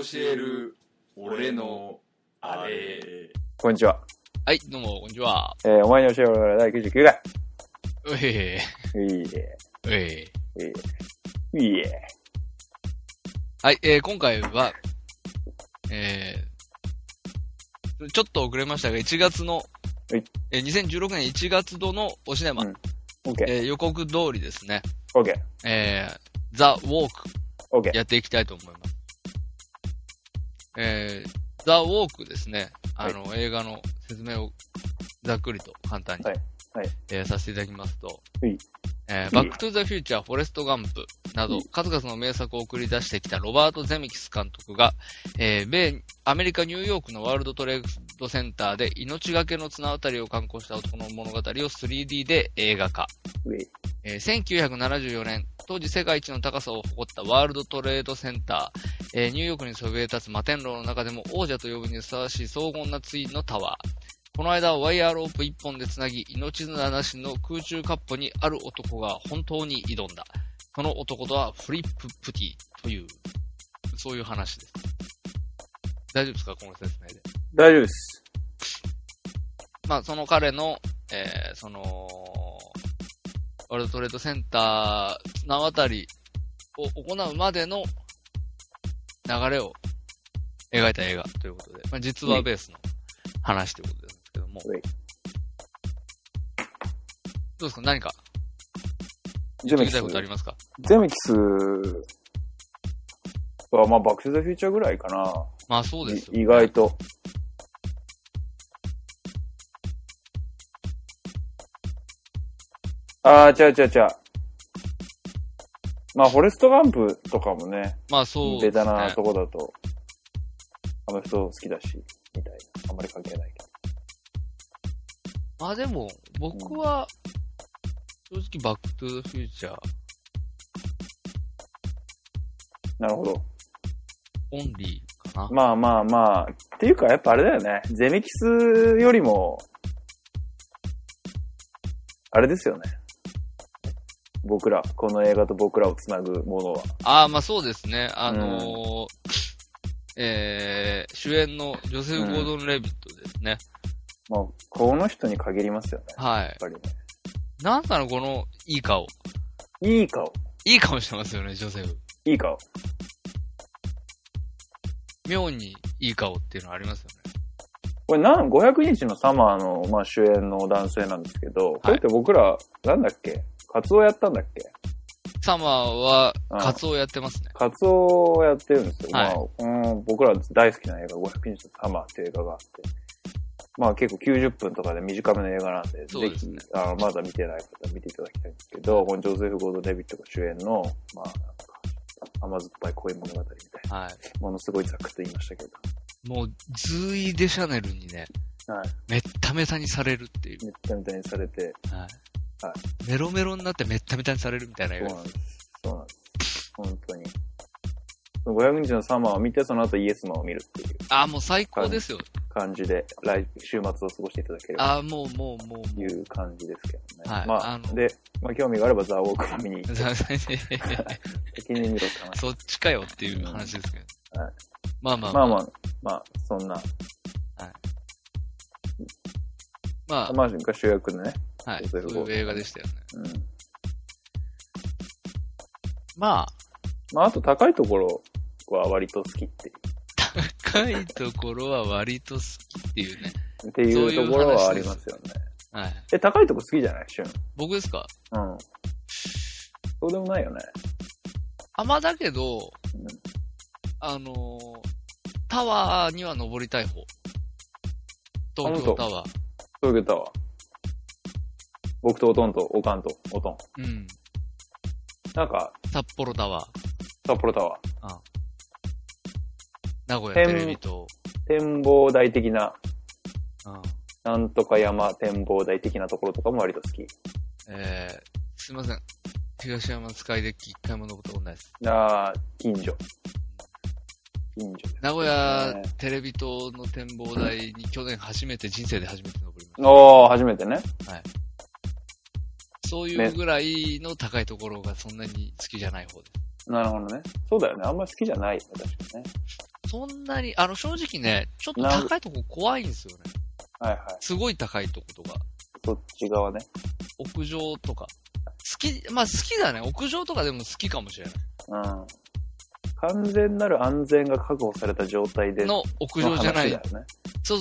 教える俺のあれ。 こんにちは。 はい、どうも、こんにちは。 お前に教える俺の第99回。 うえいいえ。 うえいいえ。 はい、今回は、ちょっと遅れましたが、1月の、2016年1月度のおシネマ、予告通りですね。 OK。 ザ・ウォーク、 OK。 やっていきたいと思います。ザ・ウォークですね。映画の説明をざっくりと簡単に、させていただきますと、バックトゥザフューチャー、フォレストガンプなど、数々の名作を送り出してきたロバート・ゼミキス監督が、アメリカ・ニューヨークのワールドトレードセンターで命がけの綱渡りを敢行した男の物語を 3D で映画化。1974年、当時世界一の高さを誇ったワールドトレードセンター、ニューヨークにそびえ立つ摩天楼の中でも王者と呼ぶにふさわしい荘厳なツインのタワー。この間、ワイヤーロープ一本でつなぎ、命綱なしの空中カップにある男が本当に挑んだ。その男とはフリップ・プティという、そういう話です。大丈夫ですかこの説明で。 大丈夫です。 まあ、その彼の、ワールドトレードセンター綱渡りを行うまでの流れを描いた映画ということで、まあ、実話ベースの話ということですけども。どうですか何か聞きたいことありますか？ ゼミキスは、まあ、バックトゥザフューチャーぐらいかな。 まあそうですよ、ね。 意外と。違う。まあ、フォレストガンプとかもね。 まあそうですね。 ベタなとこだと、あの人好きだし、みたいな。あんまり関係ないけど。 まあでも、僕は、正直バックトゥザフューチャー。 なるほど。 オンリーかな。 まあ。っていうか、やっぱあれだよね。ゼミキスよりも、あれですよね。この映画と僕らをつなぐものは。 まあそうですね。主演のジョセフ・ゴードン・レビットですね。 まあ、この人に限りますよね。 はい。 やっぱりね。 なんかのこの、いい顔。 いい顔してますよね、ジョセフ。 いい顔。 妙にいい顔っていうのはありますよね。 これ500日のサマーの、まあ、主演の男性なんですけど、これって僕ら、なんだっけカツオやったんだっけサマーは、カツオやってますね。 カツオやってるんですよ。 はいまあ、僕ら大好きな映画、500日のサマーっていう映画があって。まあ結構90分とかで短めの映画なんで、 そうですね、 ぜひ、まだ見てない方は見ていただきたいんですけど、このジョセフ・ゴードン・レビットが主演の、まあ、甘酸っぱい恋物語みたいな。 はい。 ものすごいざくっと言いましたけど。 もう、ズーイ・デシャネルにね、めっためたにされるっていう。 めっためたにされて、 メロメロになってめっためたにされるみたいな映画。 そうなんです。本当に。500日のサマーを見て、その後イエスマンを見るっていう。 もう最高ですよ。 感じで、週末を過ごしていただければ。 もう。 いう感じですけどね。 はい。 まあ、で、まあ興味があればザ・ウォークも見に行って。先に見ろって話。 そっちかよっていう話ですけど。はい。まあ、 そんな。 はい。まあ、 が主役のね。 はい。そういう映画でしたよね。 まあ、あと高いところは割と好きっていう。 高いところは割と好きっていうね。 っていうところはありますよね。 はい。 高いとこ好きじゃない俊。 僕ですか？ そうでもないよね。 まあだけど、タワーには登りたい方。東京タワー。 東京タワー。僕とおとんとおかんとおとん。なんか、 札幌タワー。 札幌タワー。 名古屋テレビ塔。 展望台的な、なんとか山展望台的なところとかも割と好き。 すいません。東山スカイデッキ一回も登ったことないです。 近所。 名古屋テレビ塔の展望台に人生で初めて登りました。 初めてね。 はい。そういうぐらいの高いところがそんなに好きじゃない方です。 なるほどね。そうだよね。あんまり好きじゃないよね、確かにね。 そんなに、正直ね、ちょっと高いとこ怖いんですよね。 はいはい。 すごい高いとことか。 そっち側ね。 屋上とか。まあ好きだね。屋上とかでも好きかもしれない。 うん。完全なる安全が確保された状態での屋上じゃない。 だよね。 そう。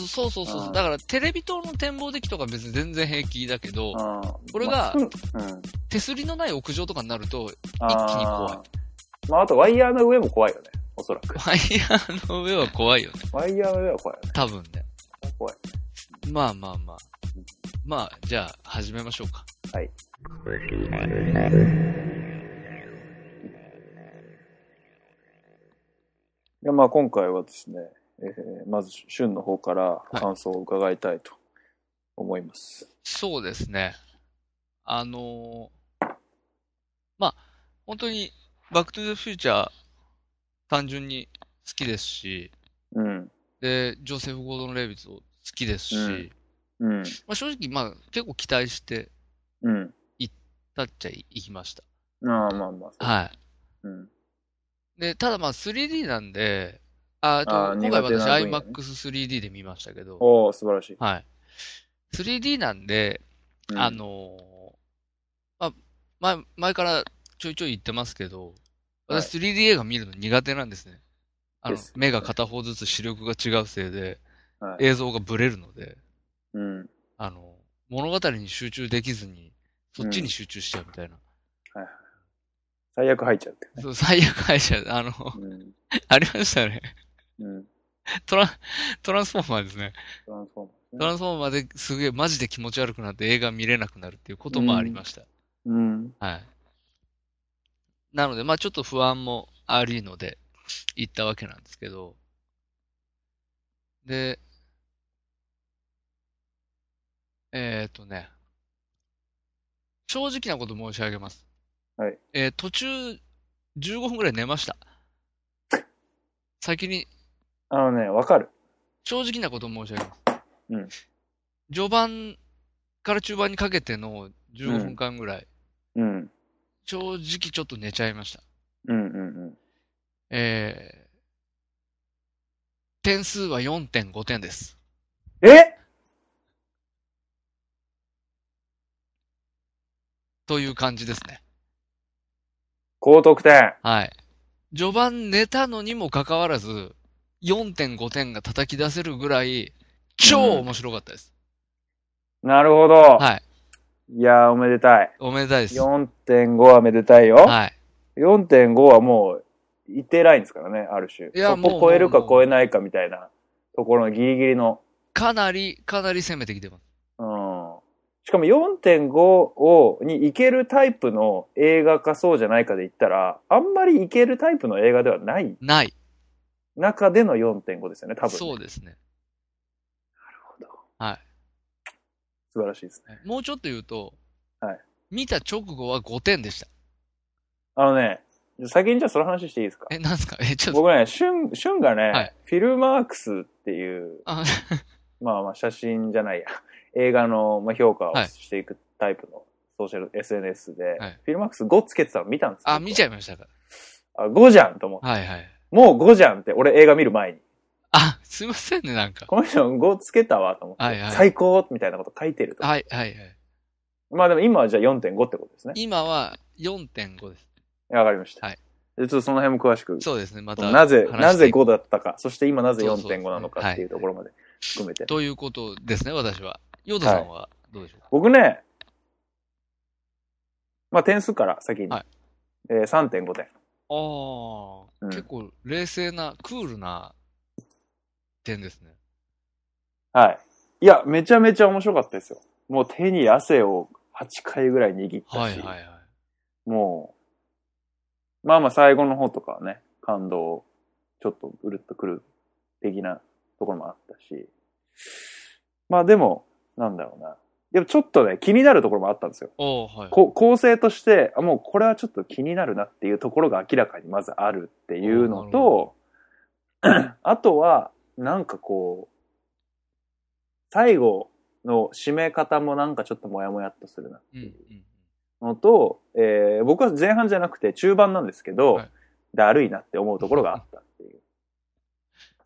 だからテレビ塔の展望デッキとか別に全然平気だけど、これが、手すりのない屋上とかになると、一気に怖い。 まああとワイヤーの上も怖いよね。おそらく。 ワイヤーの上は怖いよね。 ワイヤーの上は怖いよね。 多分ね。 怖い。 まあ。まあ、じゃあ、始めましょうか。 はい。いや、まあ今回はですね、まず、旬の方から感想を伺いたいと思います。 そうですね。まあ、本当に、バックトゥザフューチャー、単純に好きですし、で、ジョセフ・ゴードン・レイビッツを好きですし、まあ、正直、まあ、結構期待して、行ったっちゃ行きました。 まあ。 はい。で、ただまあ 3D なんで、今回私 IMAX3D で見ましたけど。 おー、素晴らしい。 はい。3D なんで、前からちょいちょい言ってますけど、私 3D 映画見るの苦手なんですね。目が片方ずつ視力が違うせいで、映像がブレるので、物語に集中できずに、そっちに集中しちゃうみたいな。 最悪入っちゃうって、 ね。そう、最悪入っちゃう。ありましたね。トランスフォーマーですね。トランスフォーマーですげえマジで気持ち悪くなって映画見れなくなるっていうこともありました。はい。なので、まあちょっと不安もありので、行ったわけなんですけど。で、正直なこと申し上げます。 はい。 途中、15分くらい寝ました。先に。 わかる。 正直なこと申し上げます。序盤から中盤にかけての15分間ぐらい。正直ちょっと寝ちゃいました。点数は 4.5 点です。という感じですね。 高得点。 はい。序盤寝たのにもかかわらず、4.5 点が叩き出せるぐらい、超面白かったです。 なるほど。 はい。 いやー、おめでたい。 おめでたいです。 4.5 はめでたいよ。 はい。 4.5 はもう、一定ラインですからね、ある種。いや、そこ超えるか超えないかみたいなところのギリギリの。 かなり攻めてきてます。 しかも 4.5 に行けるタイプの映画かそうじゃないかで言ったら、あんまり行けるタイプの映画ではない。 ない。 中での 4.5 ですよね、多分、ね。 そうですね。なるほど。 はい。 素晴らしいですね。 もうちょっと言うと、 はい。 見た直後は5点でした。 先にじゃあその話していいですか？ なんすか？ちょっと。 僕ね、旬がね、フィルマークスっていう、まあ写真じゃないや。映画の評価をしていくタイプのソーシャル SNS で、フィルマックス5つけてたの見たんですよ。 見ちゃいましたか。 5じゃんと思って。 はいはい。 もう5じゃんって俺映画見る前に。 すいませんね、なんか。 この人5つけたわと思って。最高みたいなこと書いてると。 はい。 まあでも今はじゃあ 4.5 ってことですね。 今は 4.5 です。 わかりました。 はい。 ちょっとその辺も詳しく。 そうですね、また。 なぜ5だったか、そして今なぜ 4.5 なのかっていうところまで含めて。 ということですね、私は。ヨーダさんはどうでしょうか？ 僕ね、まあ点数から先に。3.5 点。 結構冷静な、クールな点ですね。 はい。いや、めちゃめちゃ面白かったですよ。もう手に汗を8回ぐらい握ったし。もう、まあ最後の方とかはね、感動、ちょっとうるっとくる的なところもあったし。まあでも、なんだろうな。やっぱちょっとね、気になるところもあったんですよ。構成として、もうこれはちょっと気になるなっていうところが明らかにまずあるっていうのと、あとは、なんかこう、最後の締め方もなんかちょっともやもやっとするなっていうのと、僕は前半じゃなくて中盤なんですけど、だるいなって思うところがあったっていう。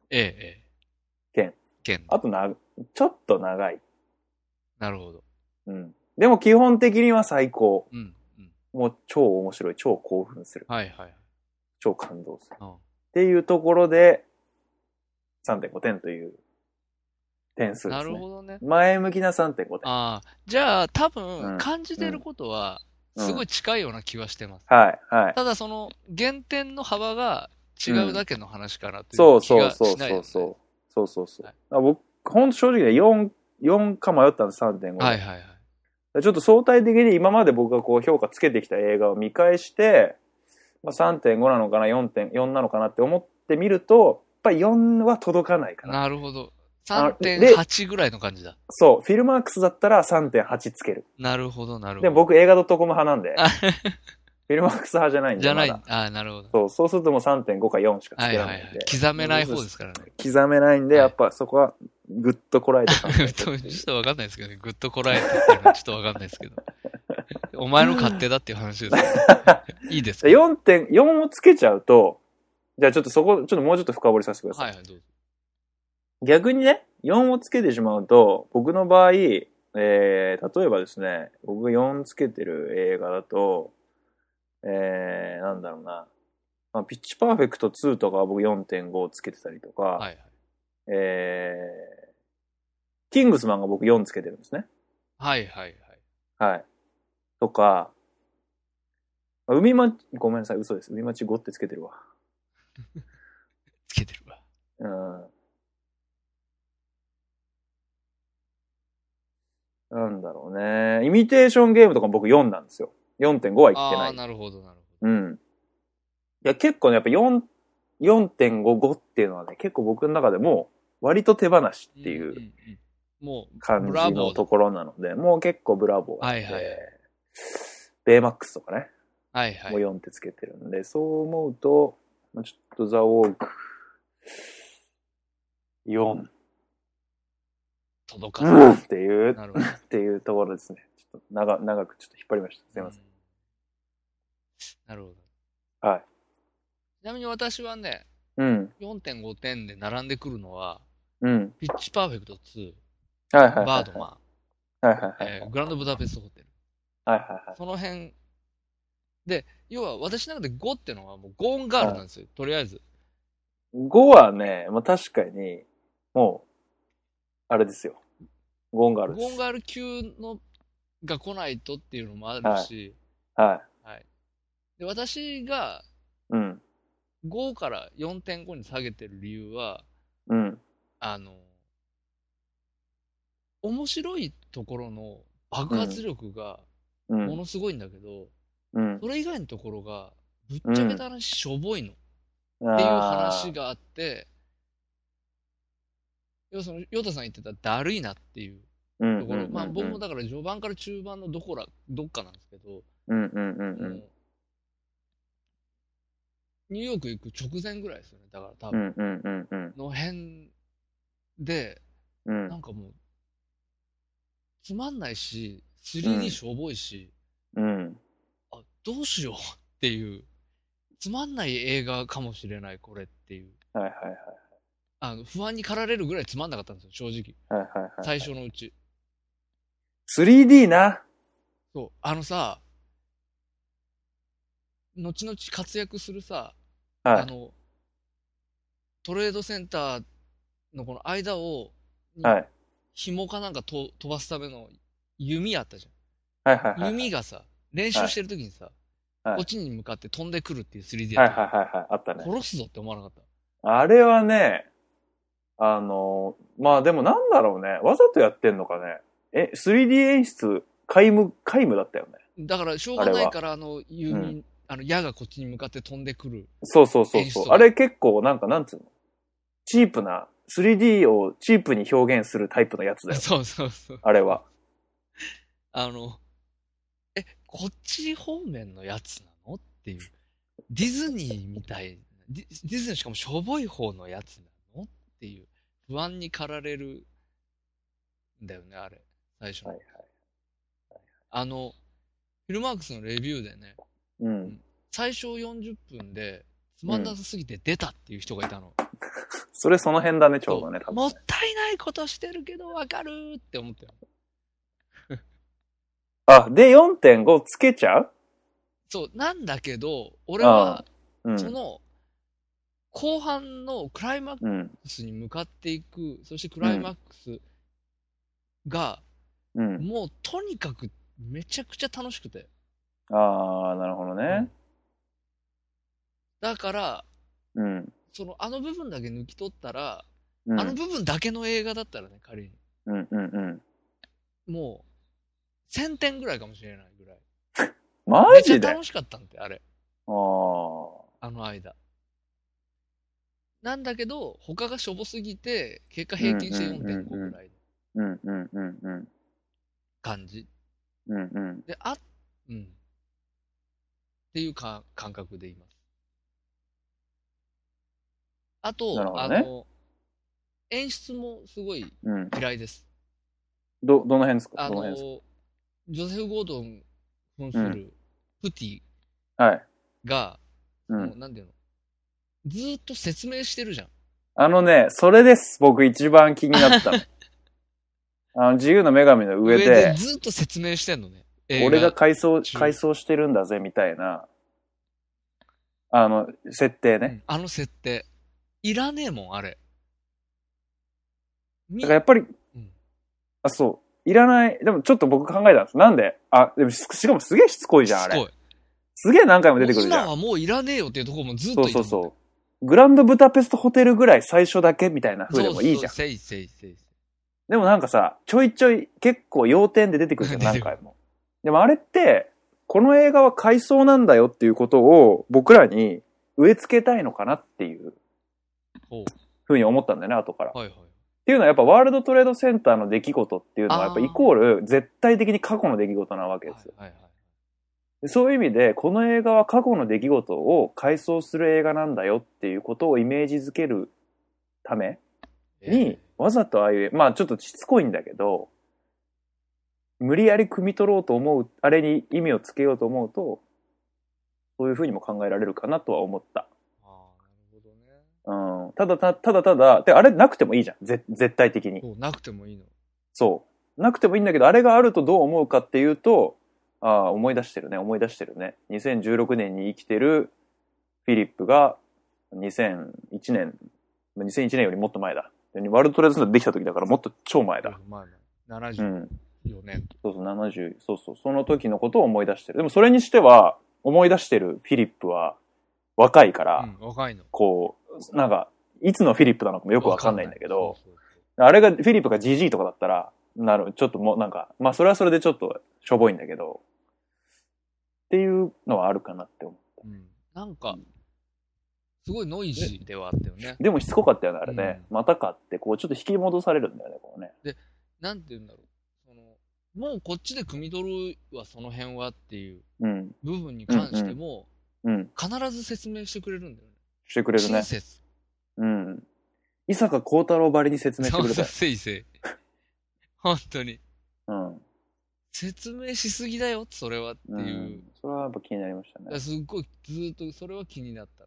剣。あとちょっと長い。 なるほど。 うん。でも基本的には最高。 うん。 もう超面白い、超興奮する。 はいはい。 超感動する。っていうところで、3.5 点という点数ですね。 なるほどね。 前向きな 3.5 点。 ああ。じゃあ、多分、感じてることは、すごい近いような気はしてます。 はいはい。 ただその、減点の幅が違うだけの話かなという気がしないよね。そう。 僕、ほんと正直ね、4か迷ったんです、3.5。 はいはいはい。 ちょっと相対的に今まで僕がこう評価つけてきた映画を見返して、3.5 なのかな、4なのかなって思ってみると、やっぱり4は届かないかな。 なるほど。3.8 ぐらいの感じだ。 そう。フィルマークスだったら 3.8 つける。 なるほど、なるほど。 でも僕映画 .com 派なんで、フィルマークス派じゃないんで。 じゃない。なるほど。 そうするともう 3.5 か4しかつけられないんで。 刻めない方ですからね。 刻めないんで、やっぱそこはぐっとこらえてたんで。 ちょっとわかんないですけどね。ぐっとこらえてっていうのはちょっとわかんないですけど。お前の勝手だっていう話ですいいですか？ 4 をつけちゃうと、じゃあちょっとそこ、ちょっともうちょっと深掘りさせてください。 はいはい、どうぞ。 逆にね、4をつけてしまうと、僕の場合、例えばですね、僕が4つけてる映画だと、なんだろうな、ピッチパーフェクト2とかは僕 4.5 つけてたりとか、 はいはい、 キングスマンが僕4つけてるんですね。 はいはいはい。はい。とか、ごめんなさい、嘘です。海町5ってつけてるわ。 つけてるわ。 なんだろうね。イミテーションゲームとか僕4なんですよ。4.5 は言ってない。 なるほど、なるほど。うん。いや、結構ね、やっぱ4.5、5っていうのはね、結構僕の中でも割と手放しっていう感じのところなので、もう結構ブラボー。 はいはい。 ベイマックスとかね。 はいはい。 もう4ってつけてるんで、そう思うと、ちょっとザ・ウォーク、4。 届かない。 っていうところですね。ちょっと長くちょっと引っ張りました。すいません。 なるほど。はい。 ちなみに私はね、4.5 点で並んでくるのは、ピッチパーフェクト2、バードマン、グランドブダペストホテル。その辺で、要は私の中で5ってのはもうゴーンガールなんですよ、とりあえず。 5はね、確かに、もう、あれですよ。ゴーンガールです。 ゴーンガール級のが来ないとっていうのもあるし、 はい。 で、私が、5から 4.5 に下げてる理由は、面白いところの爆発力がものすごいんだけど、それ以外のところがぶっちゃけた話しょぼいのっていう話があって、要するにヨタさん言ってただるいなっていうところ、僕もだから序盤から中盤のどっかなんですけど、ニューヨーク行く直前ぐらいですよね、だから多分の辺で、なんかもうつまんないし 3D しょぼいし、どうしようっていう、つまんない映画かもしれないこれっていう、不安に駆られるぐらいつまんなかったんですよ、正直。最初のうち。 3D な。 そう。後々活躍するさ、トレードセンターのこの間を、紐かなんか飛ばすための弓あったじゃん。弓がさ、練習してる時にさ、こっちに向かって飛んでくるっていう 3D やった。 あったね。 殺すぞって思わなかった。 あれはね、でもなんだろうね。わざとやってんのかね。3D 演出、皆無だったよね。 だから、しょうがないから、弓、矢がこっちに向かって飛んでくる。 そう。あれ結構、なんつうの？チープな、3D をチープに表現するタイプのやつだよ。 そう。 あれは。 こっち方面のやつなのっていう。ディズニーみたい、ディズニーしかもしょぼい方のやつなのっていう。不安に駆られるんだよね、あれ。最初の。フィルマークスのレビューでね、最初40分でつまんなさすぎて出たっていう人がいたの。 それその辺だね、ちょうどね、多分ね。 もったいないことしてるけどわかるって思ってる。 あ、で 4.5 つけちゃう？ そう、なんだけど、俺は、 うん、 その、後半のクライマックスに向かっていく、そしてクライマックスが、もうとにかくめちゃくちゃ楽しくて。 ああ、なるほどね。 だから、その、あの部分だけ抜き取ったら、あの部分だけの映画だったらね、仮に。もう、1000点ぐらいかもしれないぐらい。 マジで？ めっちゃ楽しかったんで、あれ。あの間。なんだけど、他がしょぼすぎて、結果平均して 4.5 ぐらいの感じ。で、っていう感覚でいます。あと、演出もすごい嫌いです。 どの辺ですか？ ジョセフ・ゴードン扮するプティが、なんていうの、ずーっと説明してるじゃん。 それです。僕一番気になったの。自由の女神の上でずっと説明してんのね。 俺が改装してるんだぜみたいな、設定ね。 あの設定。いらねえもん、あれ。 だからやっぱり、そう。いらない。でもちょっと僕考えたんです。なんで？でもしかもすげえしつこいじゃん、あれ。すげえ何回も出てくるじゃん。 今はもういらねえよっていうところもずっと言ってる。 そう。グランドブダペストホテルぐらい最初だけみたいな風でもいいじゃん。でもなんかさ、ちょいちょい結構要点で出てくるじゃん、何回も。でもあれって、この映画は回想なんだよっていうことを僕らに植え付けたいのかなっていうふうに思ったんだよね、後から。っていうのはやっぱワールドトレードセンターの出来事っていうのはやっぱイコール絶対的に過去の出来事なわけですよ。そういう意味でこの映画は過去の出来事を回想する映画なんだよっていうことをイメージづけるためにわざとああいう、まあちょっとしつこいんだけど、無理やり汲み取ろうと思う、あれに意味をつけようと思うと、そういうふうにも考えられるかなとは思った。ただ、で、あれなくてもいいじゃん。絶対的に。 なくてもいいの。 そう。なくてもいいんだけど、あれがあるとどう思うかっていうと、思い出してるね。2016年に生きてるフィリップが2001年よりもっと前だ。ワールドトレードセンターできた時だからもっと超前だ。 74年。 そうそう、70。そう。その時のことを思い出してる。でもそれにしては、思い出してるフィリップは若いから、 若いの。 こう、なんか、いつのフィリップなのかもよくわかんないんだけど、あれがフィリップが GG とかだったら、ちょっともうなんか、まあそれはそれでちょっとしょぼいんだけど、っていうのはあるかなって思った。 なんか、すごいノイジーではあったよね。 でもしつこかったよね、あれね。またかって、こうちょっと引き戻されるんだよね、こうね。 で、なんて言うんだろう。もうこっちで汲み取るわ、その辺はっていう部分に関しても、必ず説明してくれるんだよね。 してくれるね。 親切。 伊坂幸太郎ばりに説明してくれたよ。 せいせい。本当に。説明しすぎだよ、それはっていう。 それはやっぱ気になりましたね。 すっごい、ずっとそれは気になった。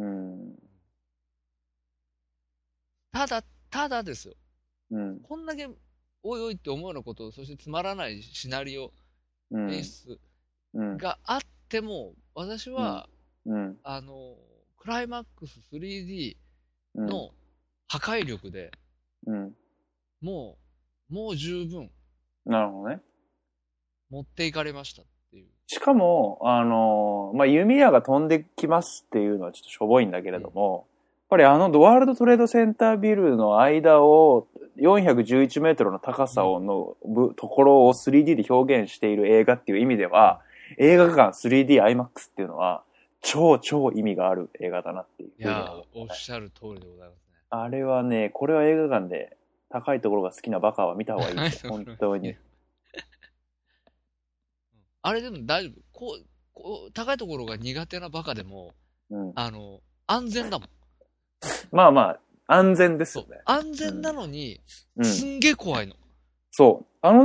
ただですよ。こんだけ、おいおいって思うようなこと、そしてつまらないシナリオ、演出があっても、私は、クライマックス 3D の破壊力で、もう十分。 なるほどね。 持っていかれましたっていう。 しかも、まあ、弓矢が飛んできますっていうのはちょっとしょぼいんだけれども、やっぱりワールドトレードセンタービルの間を411メートルの高さのところを 3D で表現している映画っていう意味では、映画館 3DIMAX っていうのは超意味がある映画だなっていう。 いや、おっしゃる通りでございますね。 あれはね、これは映画館で高いところが好きなバカは見た方がいいですよ、本当に。 あれでも大丈夫。高いところが苦手なバカでも、安全だもん。 まあ、安全ですよね。 安全なのに、すんげえ怖いの。 そう。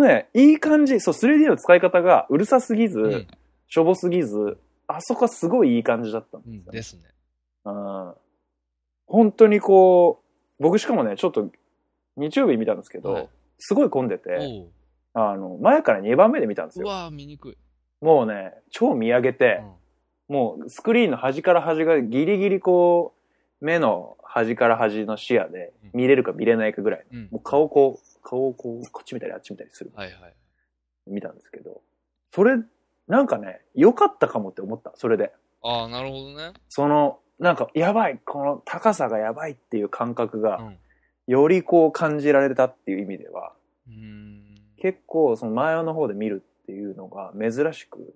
いい感じ。そう、3D の使い方がうるさすぎず、しょぼすぎず、あそこはすごいいい感じだったんですよね。 ですね。 本当にこう、僕しかもね、ちょっと日曜日見たんですけど、はい、すごい混んでて、前から2番目で見たんですよ。 うわー、見にくい。 もうね、超見上げて、もうスクリーンの端から端がギリギリこう、目の端から端の視野で見れるか見れないかぐらい。もう顔をこう、こっち見たりあっち見たりする。 はいはい。 見たんですけど、それ、なんかね、良かったかもって思った、それで。 ああ、なるほどね。 なんか、やばい、この高さがやばいっていう感覚が、よりこう感じられたっていう意味では、結構その前の方で見るっていうのが珍しく、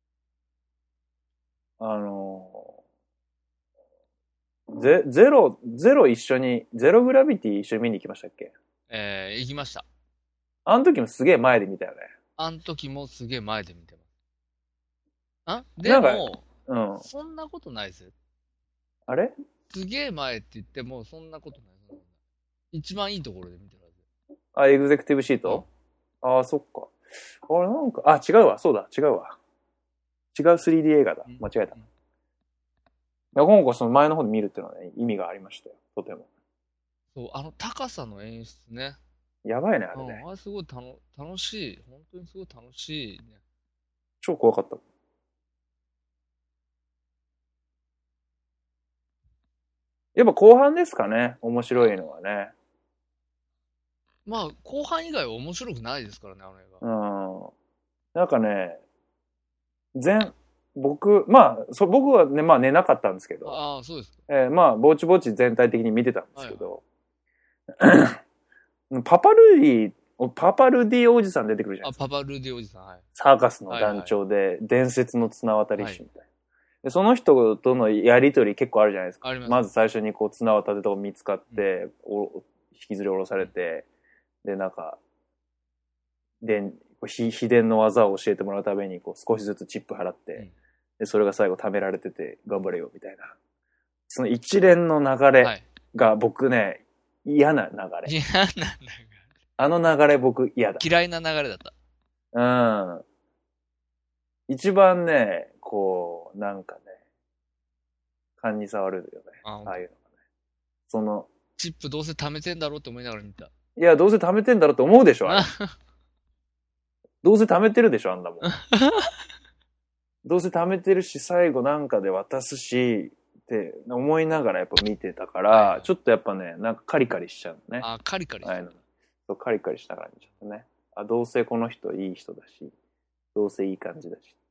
ゼロ一緒に、ゼログラビティ一緒に見に行きましたっけ？ 行きました。 あの時もすげえ前で見たよね。 あの時もすげえ前で見てます。でも、そんなことないですよ。 あれ？ すげえ前って言っても、そんなことない。一番いいところで見てるはず。 あ、エグゼクティブシート？ああ、そっか。あれなんか、違うわ、そうだ、違うわ。違う 3D 映画だ。間違えた。今後その前の方で見るっていうのはね、意味がありましたよ。とても。 そう、高さの演出ね。 やばいね、あれね。 あれすごい楽しい。本当にすごい楽しいね。 超怖かった。やっぱ後半ですかね、面白いのはね。 まあ、後半以外は面白くないですからね、あの映画。なんかね、僕はね、まあ寝なかったんですけど。 ああ、そうですか。まあ、ぼちぼち全体的に見てたんですけど。はい、パパルディおじさん出てくるじゃないですか。 パパルディおじさん、はい。 サーカスの団長で、伝説の綱渡り師みたいな。はい、でその人とのやりとり結構あるじゃないですか。まず最初にこう綱渡るとこ見つかって、引きずり下ろされて、で、なんか、秘伝の技を教えてもらうためにこう少しずつチップ払って、でそれが最後貯められてて頑張れよみたいな。その一連の流れが僕ね、嫌な流れ。 嫌な流れ。 あの流れ僕嫌だ。 嫌いな流れだった。 うん。一番ね、こう、なんかね、勘に触るよね。ああいうのがね。 チップどうせ貯めてんだろうって思いながら見た。 いや、どうせ貯めてんだろうって思うでしょ、あれ。どうせ貯めてるでしょ、あんなもん。どうせ貯めてるし、最後なんかで渡すし、って思いながらやっぱ見てたから、ちょっとやっぱね、なんかカリカリしちゃうね。 あ、カリカリしちゃう。 そう、カリカリしながら見ちゃったね。あ、どうせこの人いい人だし、どうせいい感じだし。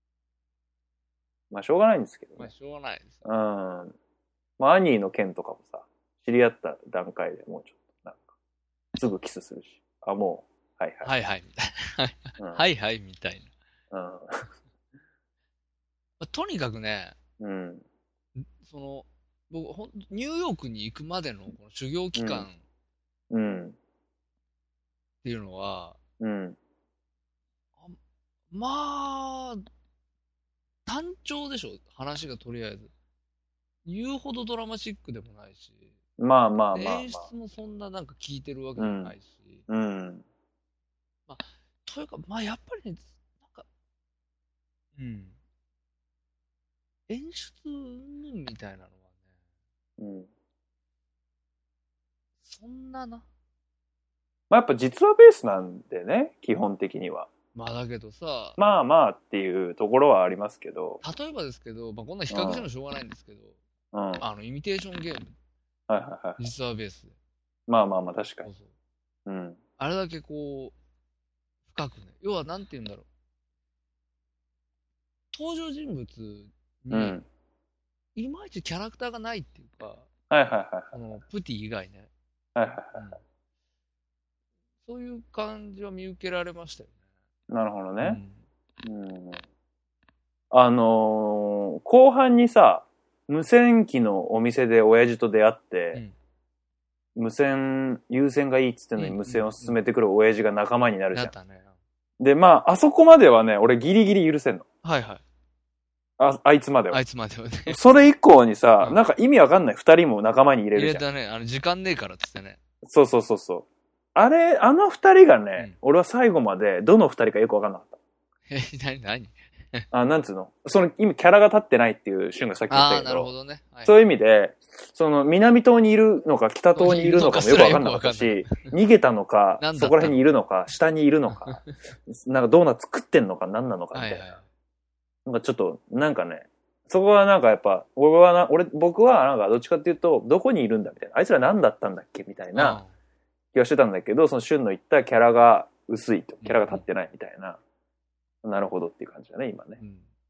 まあしょうがないんですけどね。 まあしょうがないです。 まあアニーの件とかもさ、知り合った段階でもうちょっとなんか、すぐキスするし。あ、もう、はいはい。 はいはい、みたいな。はいはい、みたいな。とにかくね、僕、ニューヨークに行くまでのこの修行期間っていうのは、まあ、単調でしょ、話がとりあえず。言うほどドラマチックでもないし。 まあまあまあ、 演出もそんななんか効いてるわけじゃないし。まあ、というか、まあやっぱりね、なんか、演出みたいなのはね、そんなな。 まあやっぱ実話ベースなんでね、基本的には。 まあだけどさ、 まあまあっていうところはありますけど。 例えばですけど、まあこんな比較してもしょうがないんですけど、イミテーションゲーム。 はいはいはい。 実話ベースで。 まあまあまあ確かに。 あれだけこう、深くね。要はなんて言うんだろう。登場人物に、いまいちキャラクターがないっていうか、 はいはいはい。 プティ以外ね。 はいはいはい。 そういう感じは見受けられましたよね。なるほどね。後半にさ、無線機のお店で親父と出会って、有線がいいっつってんのに無線を進めてくる親父が仲間になるじゃん。で、まあ、あそこまではね、俺ギリギリ許せんの。 はいはい。 あいつまでは。 あいつまではね。 それ以降にさ、なんか意味わかんない二人も仲間に入れるじゃん。 入れたね。時間ねえからっつってね。 そうそうそうそう。あの二人がね、俺は最後までどの二人かよくわかんなかった。 何なんつうの今キャラが立ってないっていう瞬がさっき言ったけど。 なるほどね。 そういう意味で、 その南東にいるのか北東にいるのかもよくわかんなかったし、逃げたのか、そこら辺にいるのか、下にいるのか、なんかドーナツ食ってんのか何なのかみたいな。はいはい、なんかちょっと、なんかね、そこはなんかやっぱ、僕はなんかどっちかっていうと、どこにいるんだみたいな。あいつら何だったんだっけみたいな気がしてたんだけど、その旬の言ったキャラが薄いと、キャラが立ってないみたいな。なるほどっていう感じだね、今ね。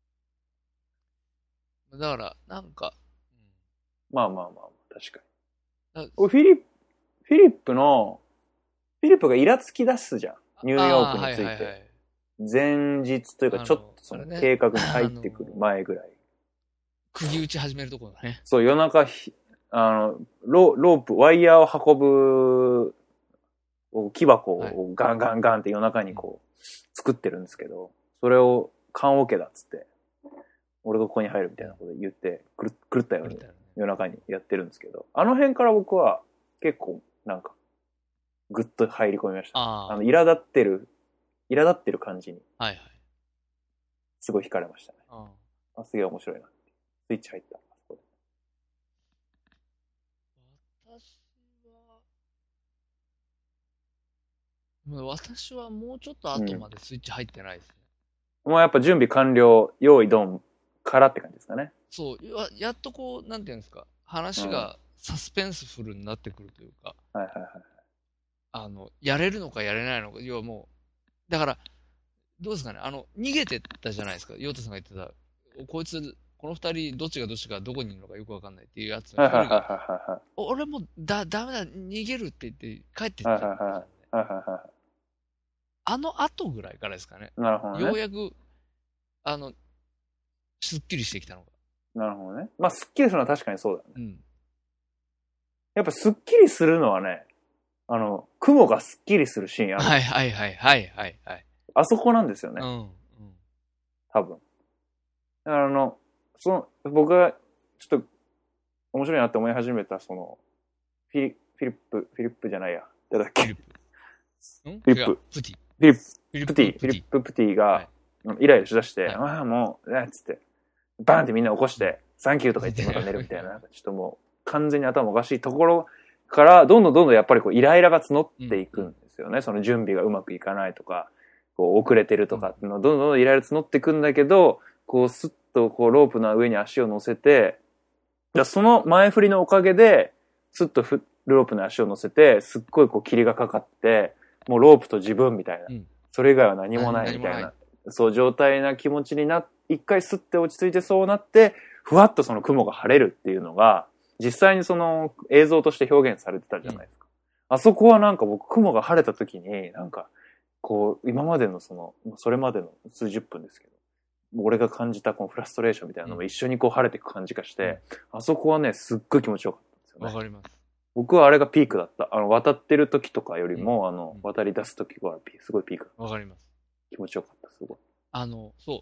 だから、なんか、 まあ、確かに。フィリップがイラつき出すじゃん。ニューヨークについて。前日というか、ちょっとその計画に入ってくる前ぐらい。 釘打ち始めるところだね。 そう、夜中、ロープ、ワイヤーを運ぶ、木箱をガンガンガンって夜中にこう、作ってるんですけど、それを缶オケだっつって、俺がここに入るみたいなこと言って、狂ったように夜中にやってるんですけど、あの辺から僕は結構なんか、ぐっと入り込みました。苛立ってる感じに。はいはい。すごい惹かれましたね。すげえ面白いなって。スイッチ入った。 私はもうちょっと後までスイッチ入ってないですね。 もうやっぱ準備完了、用意ドンからって感じですかね。 そう、やっとこう、なんていうんですか、話がサスペンスフルになってくるというか、はいはいはい。やれるのかやれないのか、要はもう、だから、どうですかね、逃げてったじゃないですか、ヨウタさんが言ってた、こいつ、この二人、どっちがどこにいるのかよくわかんないっていうやつの一人が、俺もダメだ、逃げるって言って帰ってっちゃったんですよね。あの後ぐらいからですかね。なるほどね。ようやく、すっきりしてきたのが。 なるほどね。まあ、すっきりするのは確かにそうだね。うん。やっぱすっきりするのはね、雲がすっきりするシーンある。 はいはいはいはいはい。 あそこなんですよね。うん。多分。だから僕がちょっと面白いなって思い始めた、フィリップじゃないや。誰だっけ？フィリップ。プティ。プティが、イライラしだして、ああ、もう、つって、バーンってみんな起こして、サンキューとか言ってまた寝るみたいな、なんかちょっともう、完全に頭おかしいところから、どんどんやっぱりこう、イライラが募っていくんですよね。その準備がうまくいかないとか、こう、遅れてるとかっていうのは、どんどんイライラ募っていくんだけど、こう、スッとこう、ロープの上に足を乗せて、その前振りのおかげで、スッとロープの足を乗せて、すっごいこう、霧がかかって、もうロープと自分みたいな。それ以外は何もないみたいな。そう、状態な気持ちに一回スッて落ち着いてそうなって、ふわっとその雲が晴れるっていうのが、実際にその映像として表現されてたじゃないですか。あそこはなんか僕、雲が晴れた時に、なんか、こう、今までのそれまでの数十分ですけど、俺が感じたこのフラストレーションみたいなのも一緒にこう晴れていく感じがして、あそこはね、すっごい気持ちよかったんですよね。 わかります。 僕はあれがピークだった。渡ってる時とかよりも、渡り出す時はすごいピークだった。 わかります。 気持ちよかった、すごい。 そう。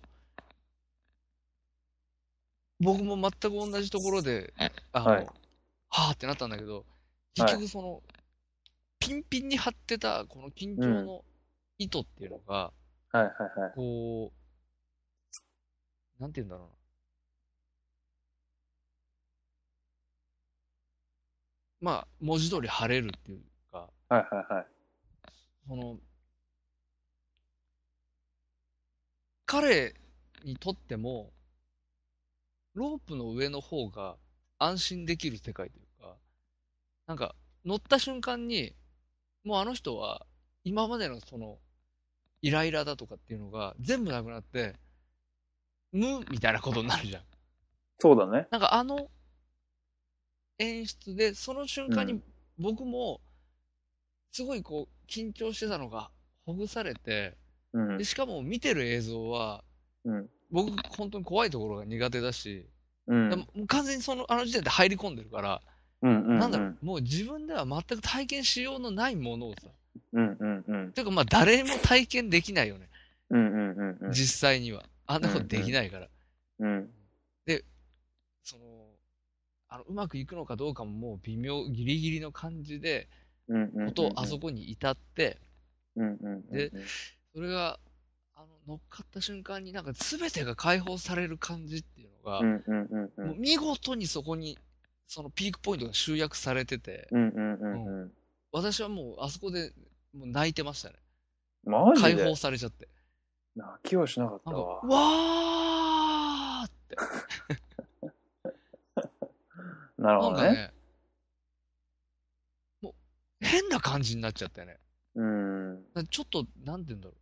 僕も全く同じところで、はぁってなったんだけど、結局ピンピンに張ってた、この緊張の糸っていうのが、こう、なんて言うんだろうな。まあ、文字通り晴れるっていうか、彼にとっても、ロープの上の方が安心できる世界というか、なんか、乗った瞬間に、もうあの人は、今までのイライラだとかっていうのが全部なくなって、無みたいなことになるじゃん。 そうだね。 なんか演出で、その瞬間に僕も、すごいこう、緊張してたのがほぐされて、でしかも見てる映像は、僕本当に怖いところが苦手だし、もう完全にあの時点で入り込んでるから、なんだろう、もう自分では全く体験しようのないものをさ、ていうかまあ誰も体験できないよね。実際には。あんなことできないから。で、うまくいくのかどうかももう微妙、ギリギリの感じで、あそこに至って、で、それが、乗っかった瞬間になんか全てが解放される感じっていうのが、もう見事にそこにそのピークポイントが集約されてて、私はもうあそこでもう泣いてましたね。 マジで解放されちゃって。 泣きはしなかったわ。 わーって。 なるほどね。なんかね、 もう変な感じになっちゃったよね。ちょっと、なんて言うんだろ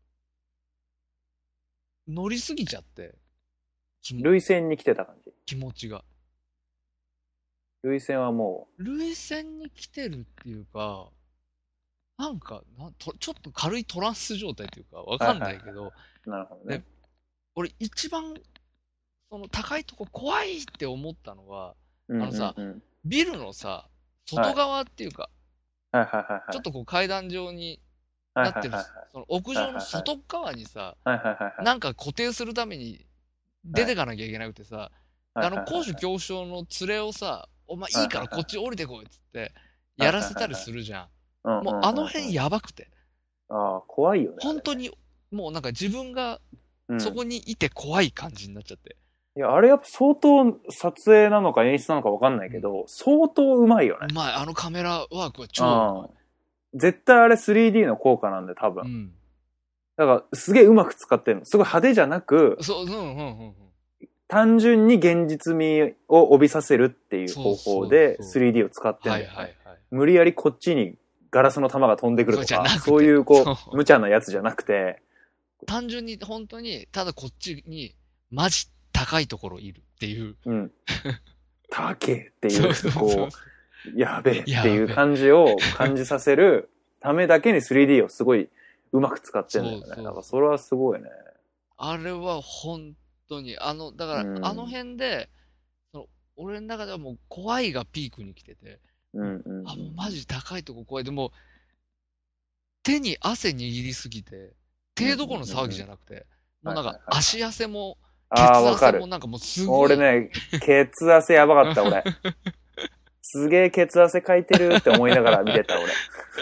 う。乗りすぎちゃって。 涙腺に来てた感じ。 気持ちが。 涙腺はもう。涙腺に来てるっていうか、なんかちょっと軽いトランス状態というか、わかんないけど、 なるほどね。 俺一番、その高いとこ怖いって思ったのは、ビルのさ、外側っていうか、ちょっとこう階段状になってる、その屋上の外側にさ、なんか固定するために出てかなきゃいけなくてさ、高所恐怖症の連れをさ、お前いいからこっち降りてこいっつって、やらせたりするじゃん。もうあの辺やばくて。 ああ、怖いよね。 本当に、もうなんか自分がそこにいて怖い感じになっちゃって。 いや、あれやっぱ相当撮影なのか演出なのか分かんないけど、相当うまいよね。 うまい。あのカメラワークは超うまい。 絶対あれ 3D の効果なんで多分。だからすげえうまく使ってるの。すごい派手じゃなく、単純に現実味を帯びさせるっていう方法で 3D を使ってるんだよね。無理やりこっちにガラスの玉が飛んでくるとか、そういうこう、無茶なやつじゃなくて。 単純に本当に、ただこっちにマジ高いところいるっていう。 高えっていう、こう、やべえっていう感じを感じさせるためだけに 3D をすごいうまく使ってるんだよね。だからそれはすごいね。 あれは本当に、だから、あの辺で、俺の中ではもう怖いがピークに来てて、もうマジ高いとこ怖い。でも、手に汗握りすぎて、手どころの騒ぎじゃなくて、もうなんか足汗も、血汗もなんかもうすごい。俺ね、血汗やばかった、俺。すげえ血汗かいてるって思いながら見てた、俺。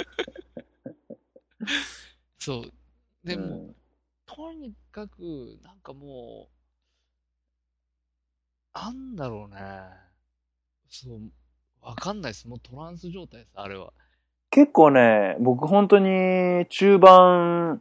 そう。でも、とにかく、なんかもう、なんだろうね。そう、わかんないです。もうトランス状態です、あれは。 結構ね、僕本当に中盤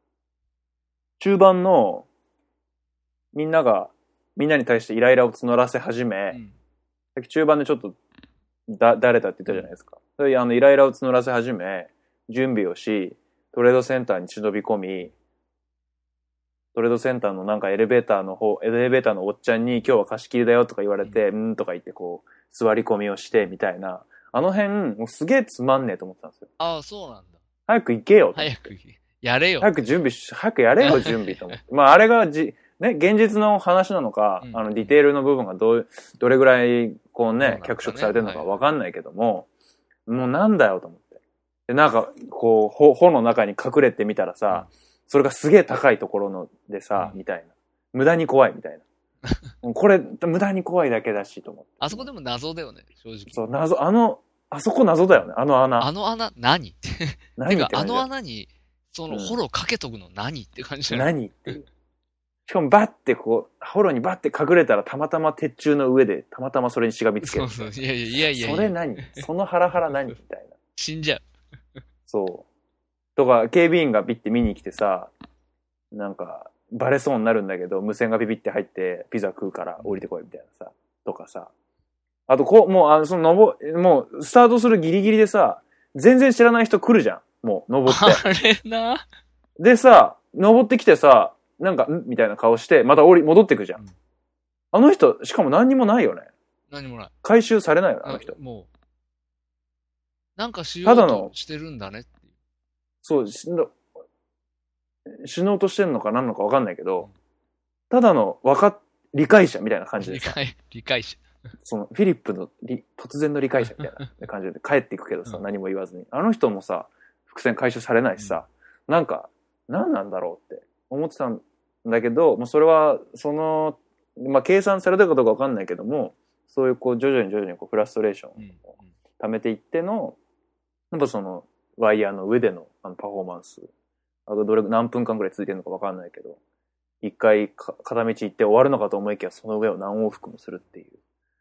のみんなに対してイライラを募らせ始め、さっき中盤でちょっとだれたって言ったじゃないですか。それイライラを募らせ始め、準備をし、トレードセンターに忍び込み、トレードセンターのなんかエレベーターのおっちゃんに今日は貸し切りだよとか言われて、とか言ってこう、座り込みをしてみたいな。あの辺、もうすげえつまんねえと思ってたんですよ。 ああ、そうなんだ。 早く行けよ。 早くやれよ。 早くやれよ、準備と思って。まあ、あれが現実の話なのか、ディテールの部分がどれぐらい、こうね、脚色されてるのかわかんないけども、もうなんだよと思って。で、なんか、こう、穂の中に隠れてみたらさ、それがすげえ高いところでさ、みたいな。無駄に怖いみたいな。これ、無駄に怖いだけだしと思って。 あそこでも謎だよね、正直。 そう、あそこ謎だよね、あの穴。 あの穴、何てか、あの穴に、ホロかけとくの何って感じだよね。 何っていう。しかもバッてこう、ホロにバッて隠れたらたまたま鉄柱の上でたまたまそれにしがみつける。 そう。いや。 それ何そのハラハラ何みたいな。 死んじゃう。 そう。とか、警備員がビッて見に来てさ、なんか、バレそうになるんだけど、無線がビビって入ってピザ食うから降りてこいみたいなさ、とかさ。あともう、もう、スタートするギリギリでさ、全然知らない人来るじゃん。もう、登って。 あれな。 でさ、登ってきてさ、なんか、みたいな顔して、また戻ってくじゃん。あの人、しかも何にもないよね。 何もない。 回収されないよね、あの人。 もう。なんかしようとしてるんだねっていう。 そう、死のうとしてんのか何のか分かんないけど、ただの理解者みたいな感じでさ。 理解者。 その、フィリップの突然の理解者みたいな感じで帰っていくけどさ、何も言わずに。あの人もさ、伏線回収されないしさ、なんか、何なんだろうって思ってたんだけど、もうそれは、まあ、計算されたかどうか分かんないけども、そういうこう、徐々にこう、フラストレーションを溜めていっての、やっぱワイヤーの上でのパフォーマンス。あと何分間くらい続いてるのか分かんないけど、一回片道行って終わるのかと思いきや、その上を何往復もするっていうと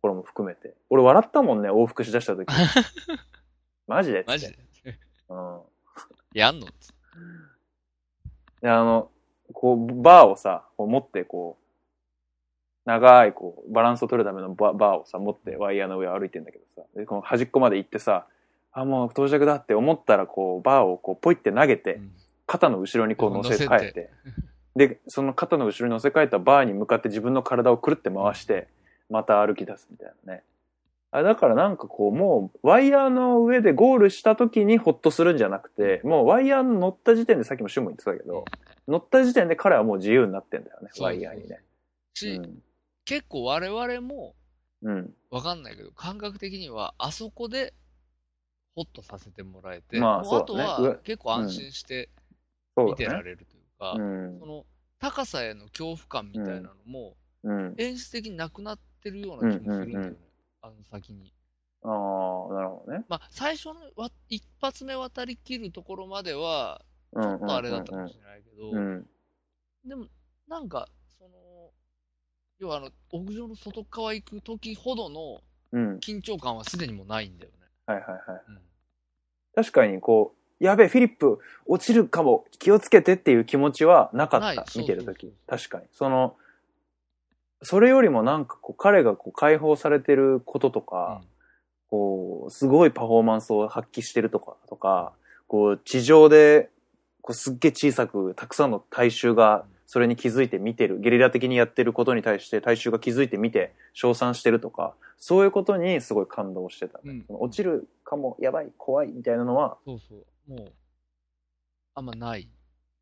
ころも含めて。俺笑ったもんね、往復しだした時。マジでマジでうん。 やんので、こう、バーをさ、こう持って、こう、長い、こう、バランスを取るためのバーをさ、持ってワイヤーの上を歩いてんだけどさ、で、この端っこまで行ってさ、あ、もう到着だって思ったら、こう、バーをこう、ポイって投げて、肩の後ろにこう乗せ替えて、で、その肩の後ろに乗せ替えたバーに向かって自分の体をくるって回して、また歩き出すみたいなね。だからなんかこう、もう、ワイヤーの上でゴールした時にホッとするんじゃなくて、もうワイヤー乗った時点で、さっきもシュンも言ってたけど、乗った時点で彼はもう自由になってんだよね、ワイヤーにね。 結構我々も、わかんないけど、感覚的には、あそこで、ホッとさせてもらえて、 まあ、 もうあとは結構安心して見てられるというか、その高さへの恐怖感みたいなのも、演出的になくなってるような気もするんだよね、あの先に。 ああ、なるほどね。 まあ、最初の一発目渡り切るところまでは、ちょっとあれだったかもしれないけど、でも、なんか、その、要は屋上の外側行く時ほどの緊張感はすでにもうないんだよね。 はいはいはい。確かにこう、やべえ、フィリップ落ちるかも、気をつけてっていう気持ちはなかった、見てるとき。確かに。それよりもなんかこう、彼がこう解放されてることとか、こう、すごいパフォーマンスを発揮してるとか、こう、地上で、こう、すっげえ小さく、たくさんの大衆が、それに気づいて見てる、ゲリラ的にやってることに対して大衆が気づいて見て、称賛してるとか、そういうことにすごい感動してた。落ちるかも、やばい、怖い、みたいなのは。 そうそう。もう、あんまない、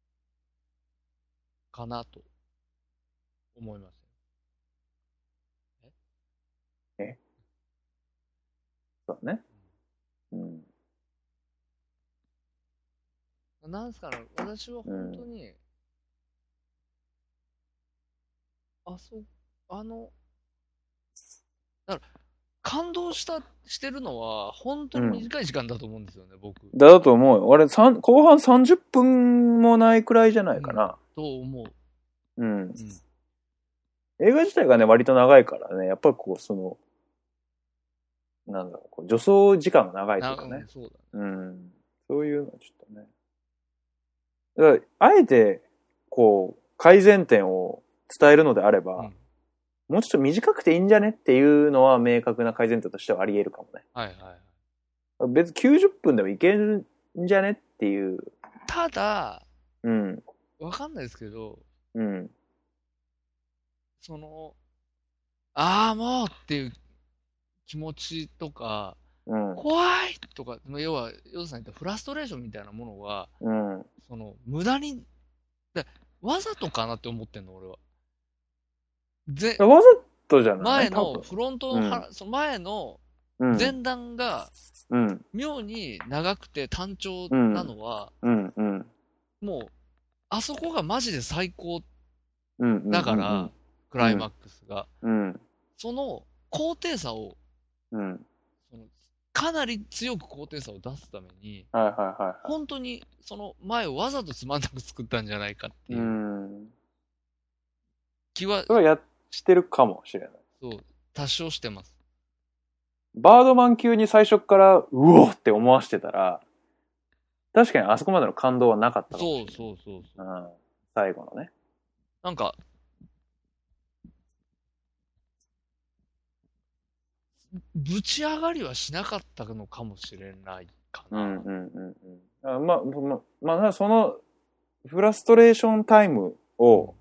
かなと、思います。 そうだね。 なんすかね、私は本当に、だから感動してるのは、本当に短い時間だと思うんですよね、僕。 だと思うよ。俺、後半30分もないくらいじゃないかな。 と思う。 映画自体がね、割と長いからね、やっぱりこう、なんだろう、助走時間が長いとかね。 そうだね。 そういうのはちょっとね。だからあえて、こう、改善点を伝えるのであれば、もうちょっと短くていいんじゃねっていうのは明確な改善点としてはあり得るかもね。別に90分でもいけるんじゃねっていう。 ただ、わかんないですけど、もうっていう気持ちとか、怖いとか、要は、ヨウさん言ったフラストレーションみたいなものは、無駄に、わざとかなって思ってんの、俺は。 わざとじゃない？ 前のフロントの、その前の前段が、妙に長くて単調なのは、もう、あそこがマジで最高だから、クライマックスが。その高低差を、かなり強く高低差を出すために、本当にその前をわざとつまんなく作ったんじゃないかっていう気は。 それはやってるかもしれない。 そう、多少してます。 バードマン級に最初からうおって思わしてたら、確かにあそこまでの感動はなかったかもしれない。 そう。 最後のね。 なんか、ぶち上がりはしなかったのかもしれないかな。 まあ、その、フラストレーションタイムを、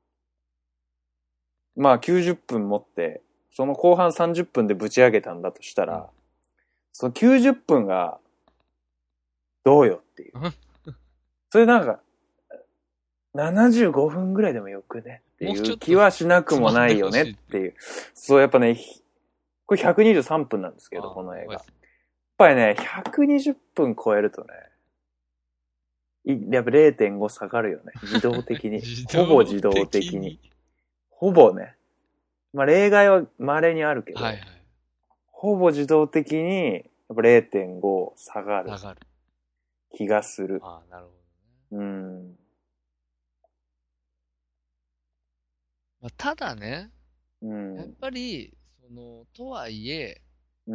まあ90分持って、その後半30分でぶち上げたんだとしたら、その90分が、どうよっていう。それなんか、75分ぐらいでもよくねっていう気はしなくもないよねっていう。そう、やっぱね、これ123分なんですけど、この映画。やっぱりね、120分超えるとね、やっぱ 0.5 下がるよね。自動的に。ほぼ自動的に。ほぼね。まあ例外は稀にあるけど、ほぼ自動的に、やっぱ 0.5 下がる気がする。 ああ、なるほどね。まあ、ただね、やっぱり、 とはいえ、 うん。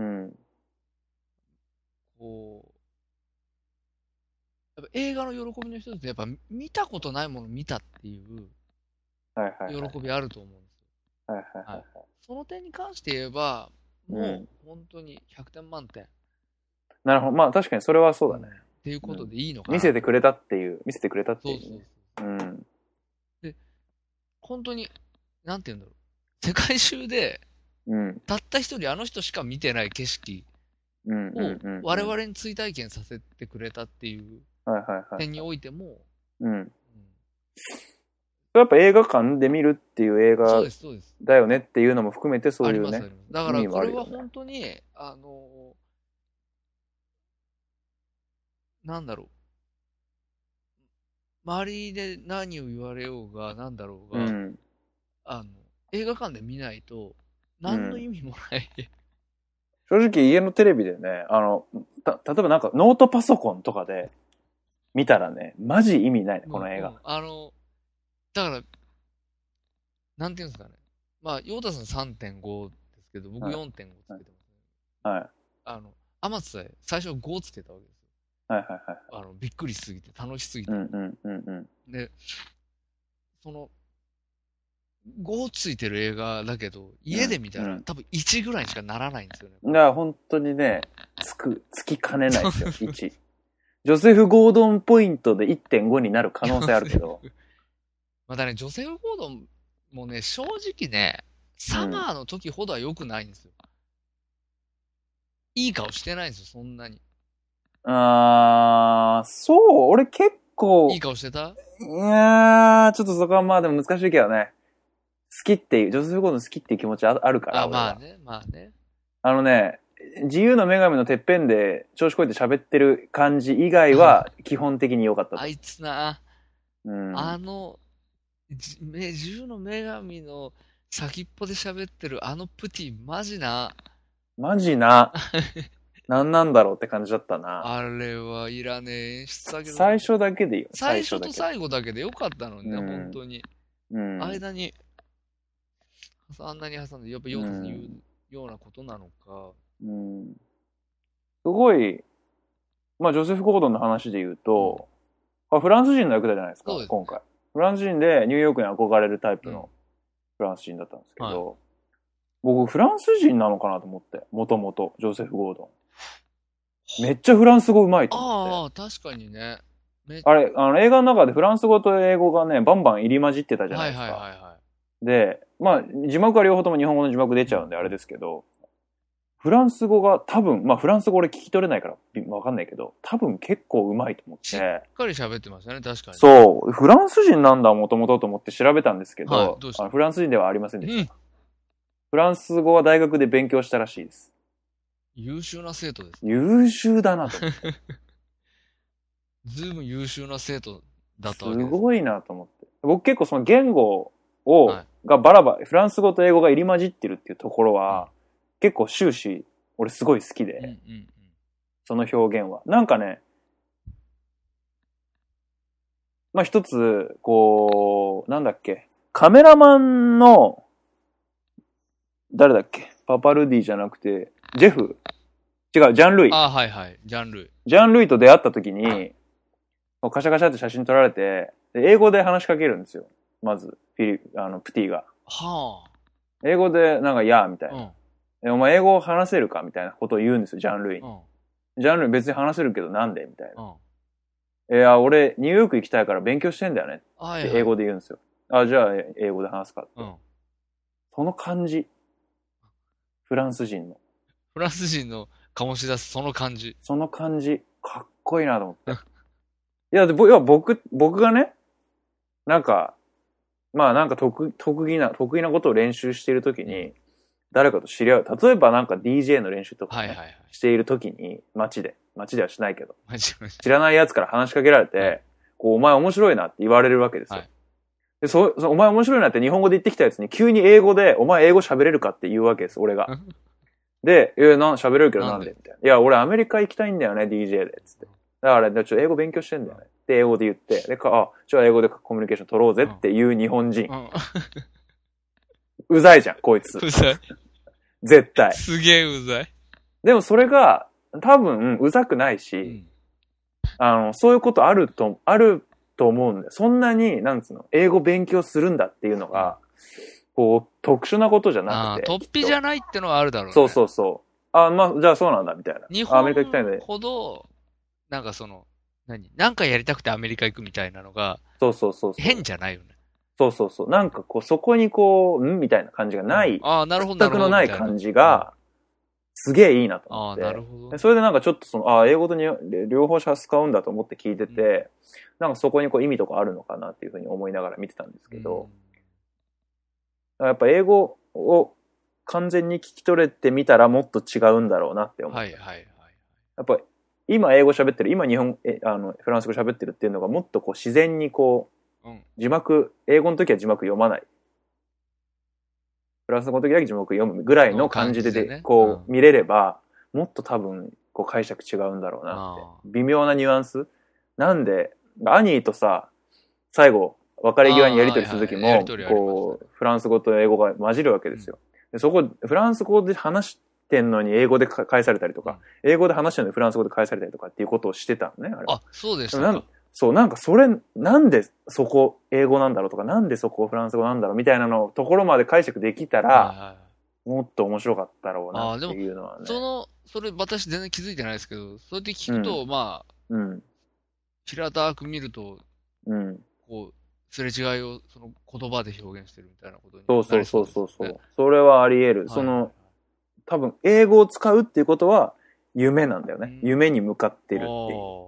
こう、やっぱ映画の喜びの一つって、やっぱ見たことないものを見たっていう喜びあると思うんですよ。 はいはいはい。 その点に関して言えば、もう本当に100点満点。 なるほど。まあ確かにそれはそうだね。 っていうことでいいのかな。 見せてくれたっていう。 そうそうそう。うん。で、本当に、なんて言うんだろう。世界中で、たった一人あの人しか見てない景色を我々に追体験させてくれたっていう点においても、 やっぱ映画館で見るっていう映画だよねっていうのも含めてそういうね。 だからこれは本当に、なんだろう。周りで何を言われようが、なんだろうが、映画館で見ないと、何の意味もない。 正直家のテレビでね、例えばなんかノートパソコンとかで見たらね、マジ意味ないね、この映画。 だから、なんていうんですかね。まあ、ヨータさん 3.5 ですけど、僕 4.5 つけてますね。 はい。 アマツさえ最初5つけたわけですよ。 はいはいはい。 びっくりしすぎて、楽しすぎて。で、5ついてる映画だけど、家で見たら多分1ぐらいにしかならないんですよね。 だから本当にね、つきかねないですよ、1。ジョセフ・ゴードンポイントで 1.5 になる可能性あるけど。 またね、ジョセフ・ゴードンもね、正直ね、サマーの時ほどは良くないんですよ。いい顔してないんですよ、そんなに。 そう、俺結構。 いい顔してた？ いやー、ちょっとそこはまあでも難しいけどね。好きっていう、ジョセフ・ゴードン好きっていう気持ちあるから。 まあね、まあね。 自由の女神のてっぺんで調子こいて喋ってる感じ以外は基本的に良かったと。 あいつな、自由の女神の先っぽで喋ってるプティ、マジな。 何なんだろうって感じだったな。 あれはいらねえ演出だけど。 最初だけでいいよ。 最初と最後だけでよかったのにね、本当に。間に、あんなに挟んで、やっぱヨータさん言うようなことなのか。 すごい、まあ、ジョセフ・ゴードンの話で言うと、フランス人の役だじゃないですか、今回。フランス人でニューヨークに憧れるタイプのフランス人だったんですけど、僕、フランス人なのかなと思って、もともと、ジョセフ・ゴードン。めっちゃフランス語うまいと思って。 確かにね。 あれ、映画の中でフランス語と英語がね、バンバン入り混じってたじゃないですか。で、まあ、字幕は両方とも日本語の字幕出ちゃうんであれですけど、フランス語が多分、まあフランス語俺聞き取れないからわかんないけど、多分結構うまいと思って。 しっかり喋ってましたね、確かに。 そう、フランス人なんだ、もともとと思って調べたんですけど、フランス人ではありませんでした。フランス語は大学で勉強したらしいです。 優秀な生徒です。 優秀だなと思って。 ずいぶん優秀な生徒だったわけです。 すごいなと思って。僕結構その言語がバラバラ、フランス語と英語が入り混じってるっていうところは、結構終始、俺すごい好きで、その表現は。なんかね、まあ、一つ、こう、なんだっけ、カメラマンの、誰だっけ、パパルディじゃなくて、ジェフ違う、ジャン・ルイ。 はいはい、ジャン・ルイ。 ジャン・ルイと出会った時に、カシャカシャって写真撮られて、英語で話しかけるんですよ。まず、プティが。英語で、なんか、やーみたいな。お前英語話せるかみたいなことを言うんですよ、ジャン・ルイに。ジャン・ルイ別に話せるけどなんでみたいな。いや、俺、ニューヨーク行きたいから勉強してんだよね。って英語で言うんですよ。じゃあ、英語で話すかって。その感じ。フランス人の。 フランス人の醸し出すその感じ。 その感じ。かっこいいなと思って。いや、僕がね、なんか、まあなんか得意なことを練習しているときに、誰かと知り合う。例えばなんか DJ の練習とか、ねしているときに、街ではしないけど、知らない奴から話しかけられて、こう、お前面白いなって言われるわけですよ。で、お前面白いなって日本語で言ってきたやつに急に英語で、お前英語喋れるかって言うわけです、俺が。で、喋れるけどなんでみたいな。いや、俺アメリカ行きたいんだよね、DJ で。つって。だから、ちょっと英語勉強してんだよね。で、英語で言って、で、じゃあ英語でコミュニケーション取ろうぜっていう日本人。うざいじゃん、こいつ。 絶対。 すげえうざい。 でもそれが、多分、うざくないし、そういうことあると思うんだよ。そんなに、なんつうの、英語勉強するんだっていうのが、こう、特殊なことじゃなくて。 突飛じゃないってのはあるだろうね。 そうそうそう。まあ、じゃあそうなんだ、みたいな。 日本アメリカ行きたいんで。 ほど、なんか何かやりたくてアメリカ行くみたいなのが、 そう。 変じゃないよね。 そう。なんかこう、そこにこう、みたいな感じがない。 なるほど。 全くのない感じが、すげえいいなと思って。 なるほど。 それでなんかちょっと英語と両方使うんだと思って聞いてて、なんかそこにこう意味とかあるのかなっていうふうに思いながら見てたんですけど、やっぱ英語を完全に聞き取れてみたらもっと違うんだろうなって思って。やっぱ今英語喋ってる、今フランス語喋ってるっていうのがもっとこう自然にこう、字幕、英語の時は字幕読まない。フランス語の時だけ字幕読むぐらいの感じで、こう見れれば、もっと多分こう解釈違うんだろうなって。微妙なニュアンス。なんで、アニーとさ、最後、別れ際にやり取りする時も、こう、フランス語と英語が混じるわけですよ。でそこ、フランス語で話してんのに英語で返されたりとか、英語で話してんのにフランス語で返されたりとかっていうことをしてたのね、あれ。 そうでしたか。 そう、なんかそれ、なんでそこ英語なんだろうとか、なんでそこフランス語なんだろうみたいなのところまで解釈できたら、もっと面白かったろうなっていうのはね。 それ私全然気づいてないですけど、そうやって聞くと、まあ、平たく見ると、こう、すれ違いをその言葉で表現してるみたいなことになりそうですね。 そう。それはあり得る。多分、英語を使うっていうことは夢なんだよね。夢に向かってるっていう。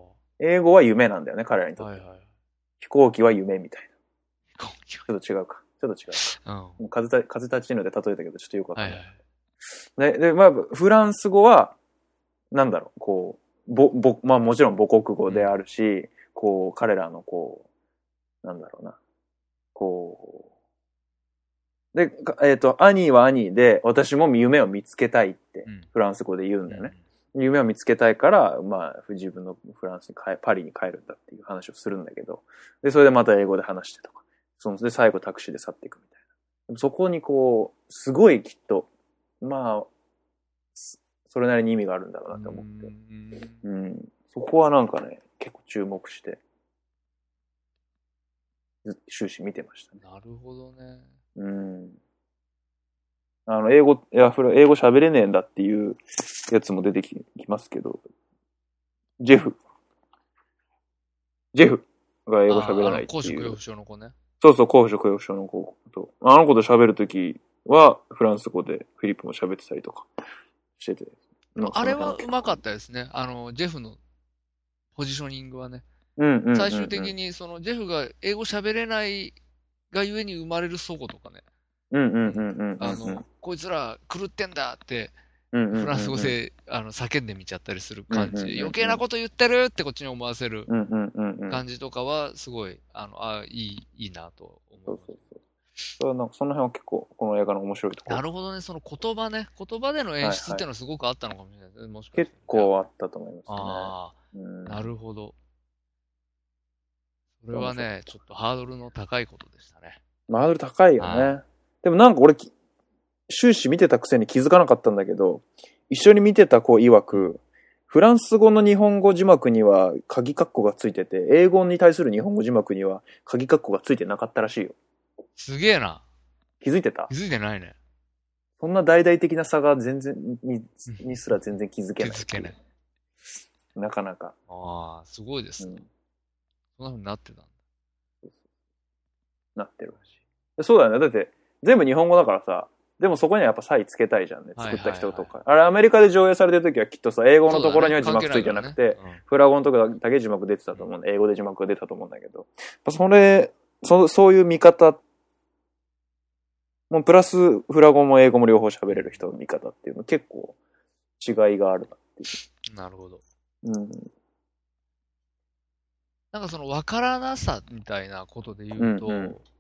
英語は夢なんだよね、彼らにとって。飛行機は夢みたいな。ちょっと違うか。風立ちぬで例えたけど、ちょっとよくわかんない。で、まあ、フランス語は、なんだろう、こう、まあもちろん母国語であるし、こう、彼らのこう、なんだろうな。こう。で、アニーはアニーで、私も夢を見つけたいって、フランス語で言うんだよね。夢を見つけたいから、まあ、自分のフランスにパリに帰るんだっていう話をするんだけど、で、それでまた英語で話してとか、で、最後タクシーで去っていくみたいな。そこにこう、すごいきっと、まあ、それなりに意味があるんだろうなって思って。そこはなんかね、結構注目して、終始見てましたね。 なるほどね。 英語喋れねえんだっていうやつも出てきますけど、ジェフが英語喋れないっていう。 高所恐怖症の子ね。 そう、高所恐怖症の子と、あの子と喋るときはフランス語でフィリップも喋ってたりとかしてて。 あれはうまかったですね。ジェフのポジショニングはね。最終的にジェフが英語喋れないがゆえに生まれる齟齬とかね。こいつら狂ってんだって、フランス語で叫んでみちゃったりする感じ。余計なこと言ってるってこっちに思わせる感じとかは、すごい、いいなと思う。 その辺は結構、この映画の面白いところ。 なるほどね、その言葉での演出っていうのはすごくあったのかもしれないですね、もしかして。 結構あったと思いますね。 ああ、なるほど。それはね、ちょっとハードルの高いことでしたね。 ハードル高いよね。でもなんか俺、終始見てたくせに気づかなかったんだけど、一緒に見てた子曰く、フランス語の日本語字幕には鍵括弧がついてて、英語に対する日本語字幕には鍵括弧がついてなかったらしいよ。 すげえな。 気づいてた？ 気づいてないね。 そんな大々的な差が全然にすら全然気づけない。 気づけない。 なかなか。 ああ、すごいですね。そんな風になってたんだ。 なってるらしい。そうだよね。だって全部日本語だからさ、でもそこにはやっぱ差異つけたいじゃんね。作った人とか。あれアメリカで上映されてる時はきっとさ、英語のところには字幕ついてなくて、フラ語のところだけ字幕出てたと思うんだ。英語で字幕が出たと思うんだけど。そういう見方、もうプラスフラ語も英語も両方喋れる人の見方っていうの結構違いがあるなっていう。 なるほど。なんかその分からなさみたいなことで言うと、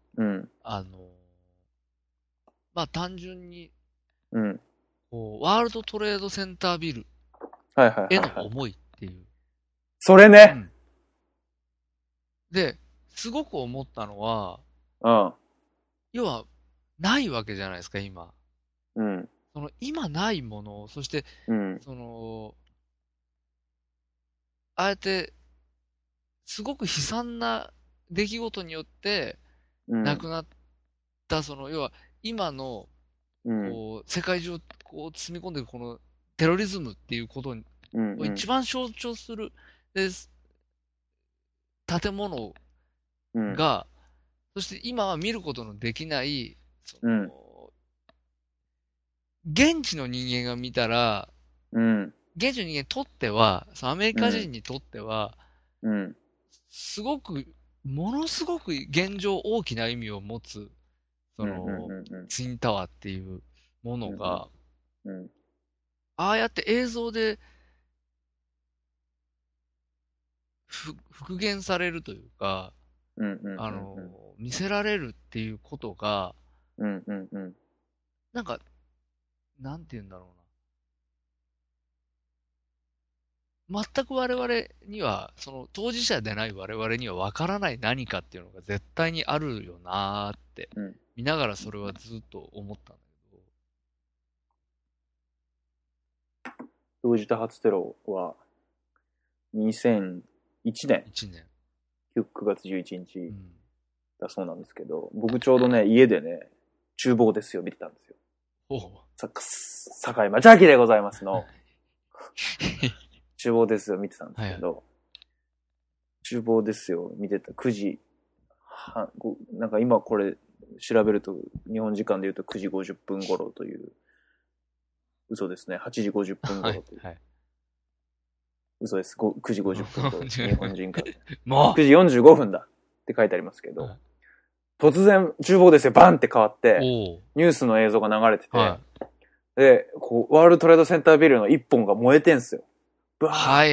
まあ単純に、こうワールドトレードセンタービルへの思いっていう。 それね、 で、すごく思ったのは、要は、ないわけじゃないですか、今。そその今ないもの、そして、 うん、 ああやって、すごく悲惨な出来事によって、亡くなった、要は、今の、世界中をこう包み込んでいるこのテロリズムっていうことを一番象徴する、建物が、そして今は見ることのできない、現地の人間が見たら、現地の人間にとっては、アメリカ人にとっては、すごく、ものすごく現状大きな意味を持つ、ツインタワーっていうものが、ああやって映像で復元されるというか、見せられるっていうことが、なんか、なんて言うんだろうな。全く我々には、当事者でない我々には分からない何かっていうのが絶対にあるよなーって、見ながらそれはずっと思ったんだけど。同時多発テロは、2001年。9月11日だそうなんですけど、僕ちょうどね、家でね、厨房ですよ、見てたんですよ。堺町明でございますの。厨房ですよ、見てたんですけど、厨房ですよ、見てた9時半、なんか今これ調べると、日本時間で言うと9時50分頃という、嘘ですね、8時50分頃という。嘘です。9時50分頃。日本人から。もう !9 時45分だって書いてありますけど、突然、厨房ですよ、バンって変わって、ニュースの映像が流れてて、で、ワールドトレードセンタービルの一本が燃えてんすよ。ブワーって。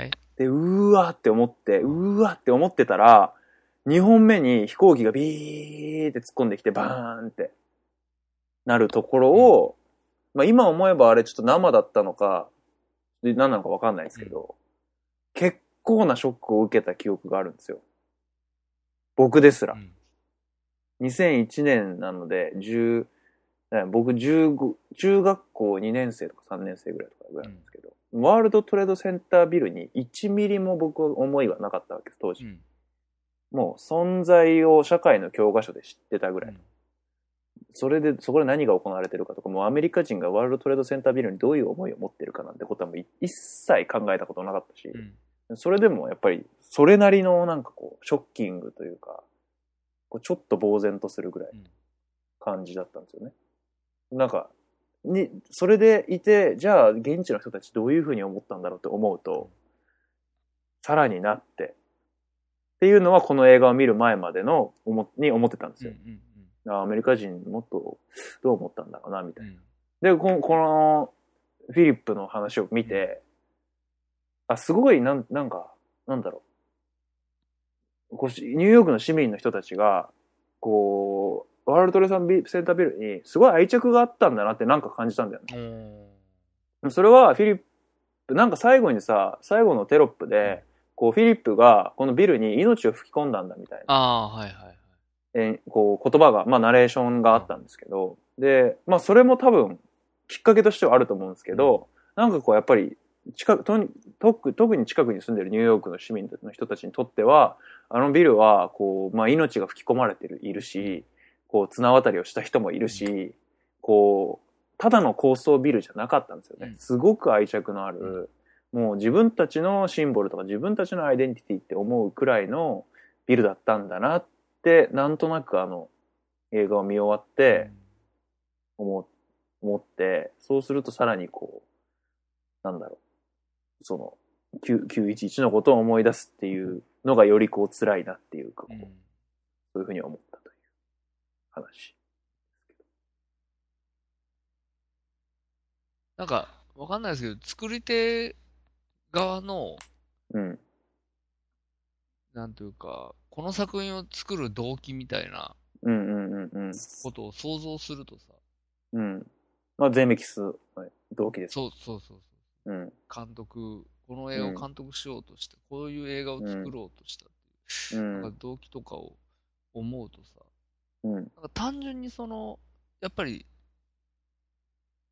で、うーわーって思ってたら、2本目に飛行機がビーって突っ込んできて、バーンってなるところを、まあ今思えばあれちょっと生だったのか、何なのか分かんないですけど、結構なショックを受けた記憶があるんですよ。僕ですら。2001年なので、僕15、中学校2年生とか3年生ぐらいなんですけど、ワールドトレードセンタービルに1ミリも僕思いはなかったわけです、当時。もう存在を社会の教科書で知ってたぐらい。そこで何が行われてるかとか、もうアメリカ人がワールドトレードセンタービルにどういう思いを持ってるかなんてことはもう一切考えたことなかったし、それでもやっぱりそれなりのなんかこうショッキングというか、ちょっと呆然とするぐらい感じだったんですよね。なんかそれでいて、じゃあ現地の人たちどういうふうに思ったんだろうって思うと、さらになっていうのはこの映画を見る前までに思ってたんですよ。アメリカ人もっとどう思ったんだろうなみたいな。でこのフィリップの話を見て、すごいなんだろう、ニューヨークの市民の人たちがこうワールドトレードセンタービルにすごい愛着があったんだなってなんか感じたんだよね。それはフィリップなんか最後のテロップでこうフィリップがこのビルに命を吹き込んだんだみたいな。こう言葉が、ナレーションがあったんですけど、で、それも多分きっかけとしてはあると思うんですけど、なんかこうやっぱり特に近くに住んでるニューヨークの市民の人たちにとっては、あのビルはこう、命が吹き込まれているし、こう綱渡りをした人もいるし、こうただの高層ビルじゃなかったんですよね。すごく愛着のある、もう自分たちのシンボルとか自分たちのアイデンティティって思うくらいのビルだったんだなって、なんとなく映画を見終わって思って、そうするとさらにこうなんだろう、その911のことを思い出すっていうのがよりこう辛いなっていうか、そういうふうに思ったという話。 なんかわかんないですけど、作り手側の、なんというか、この作品を作る動機みたいなことを想像するとさ、 ゼメキス動機です。 そう。監督、この映画を監督しようとして、こういう映画を作ろうとしたっていう、なんか動機とかを思うとさ、なんか単純にやっぱり、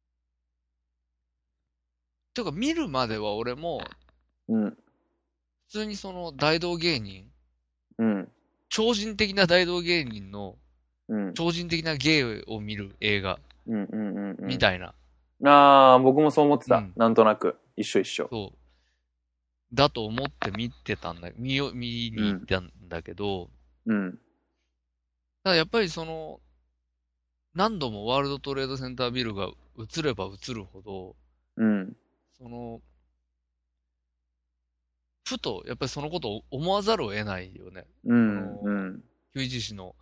ていうか見るまでは俺も、 うん。 普通にその大道芸人、 うん。 超人的な大道芸人の、 うん。 超人的な芸を見る映画、 うんうんうんうん。 みたいな。 ああ、僕もそう思ってた。 うん、 なんとなく。一緒一緒。 そう。だと思って見てたんだ、見に行ったんだけど、 うん。 ただやっぱりその、何度もワールドトレードセンタービルが映れば映るほど、 うん。 その、ふと、やっぱりそのことを思わざるを得ないよね。 うん。うん。 ヒュイジ氏の、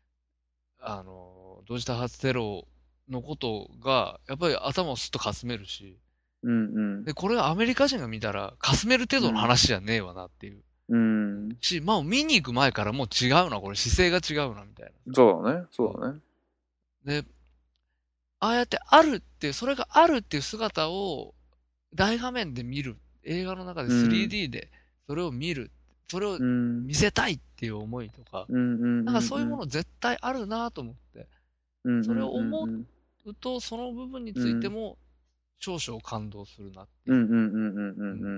同時多発テロのことが、やっぱり頭をすっとかすめるし、 うんうん。 で、これはアメリカ人が見たら、かすめる程度の話じゃねえわなっていう。 うん。 まあ見に行く前からもう違うな、これ姿勢が違うな、みたいな。 そうだね。そうだね。 で、ああやってあるっていう、それがあるっていう姿を大画面で見る。映画の中で 3D でそれを見る。それを見せたいっていう思いとか、なんかそういうもの絶対あるなと思って。それを思うと、その部分についても少々感動するなっていう。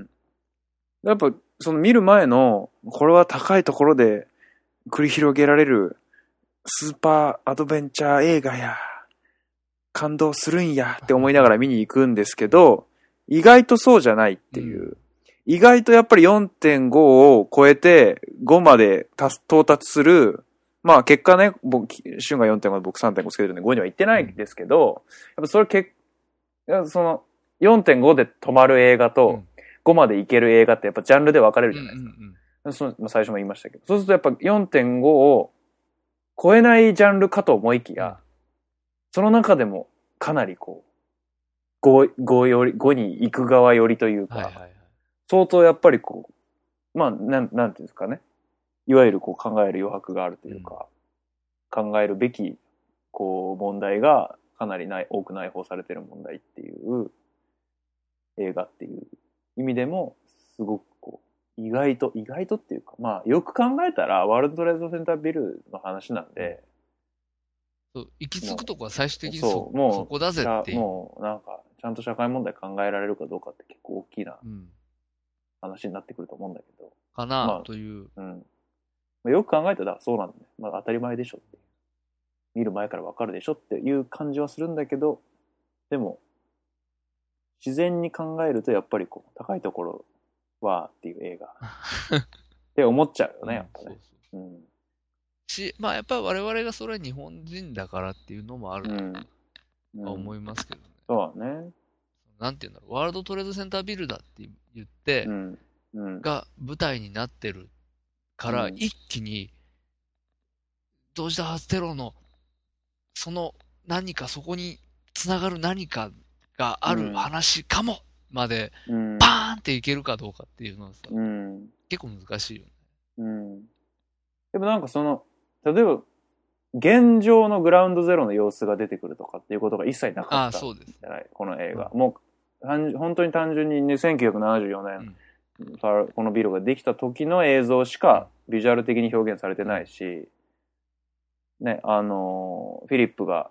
やっぱ、その見る前の、これは高いところで繰り広げられるスーパーアドベンチャー映画や、感動するんやって思いながら見に行くんですけど、意外とそうじゃないっていう。意外とやっぱり 4.5 を超えて5まで到達する。まあ結果ね、シュンが 4.5 で僕 3.5 つけてるんで5には行ってないんですけど、やっぱそれその 4.5 で止まる映画と5まで行ける映画ってやっぱジャンルで分かれるじゃないですか。最初も言いましたけど。そうするとやっぱ 4.5 を超えないジャンルかと思いきや、その中でもかなりこう、5に行く側寄りというか、相当やっぱりこう、まあ、なんていうんですかね。いわゆるこう考える余白があるというか、考えるべき、こう、問題がかなり多く内包されている問題っていう映画っていう意味でも、すごくこう、意外とっていうか、まあ、よく考えたら、ワールドトレードセンタービルの話なんで、 行き着くとこは最終的にそこだぜっていう。 もうなんか、ちゃんと社会問題考えられるかどうかって結構大きな話になってくると思うんだけど。 かなという。 よく考えたらそうなんだね。まあ当たり前でしょって。見る前からわかるでしょっていう感じはするんだけど、でも、自然に考えるとやっぱりこう、高いところはっていう映画。って思っちゃうよね、やっぱね。 まあやっぱり我々がそれは日本人だからっていうのもあると思いますけどね。 そうだね。 なんていうんだろう、ワールドトレードセンタービルだって言って、が舞台になってるから、一気に、同時多発テロの、その何かそこに繋がる何かがある話かもまで、バーンっていけるかどうかっていうのはさ、結構難しいよね。 でもなんか例えば、現状のグラウンドゼロの様子が出てくるとかっていうことが一切なかったんじゃない、この映画。もう、本当に単純にね、1974年、このビルができた時の映像しかビジュアル的に表現されてないし、ね、フィリップが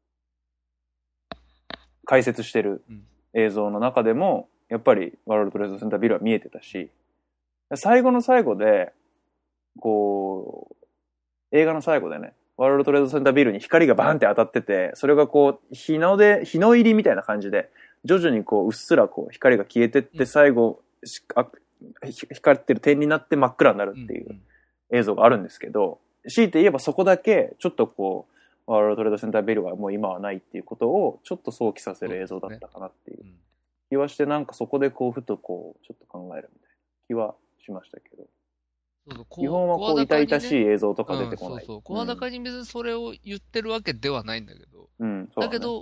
解説してる映像の中でも、やっぱりワールドトレードセンタービルは見えてたし、最後の最後で、こう、映画の最後でね、ワールドトレードセンタービルに光がバーンって当たってて、それがこう、日の入りみたいな感じで、徐々にこう、うっすらこう、光が消えてって、最後、光ってる点になって真っ暗になるっていう映像があるんですけど、強いて言えばそこだけ、ちょっとこう、ワールドトレードセンタービルがもう今はないっていうことを、ちょっと想起させる映像だったかなっていう気はして、なんかそこでこう、ふとこう、ちょっと考えるみたいな気はしましたけど。基本はこう痛々しい映像とか出てこない。 声高に別にそれを言ってるわけではないんだけど。だけど、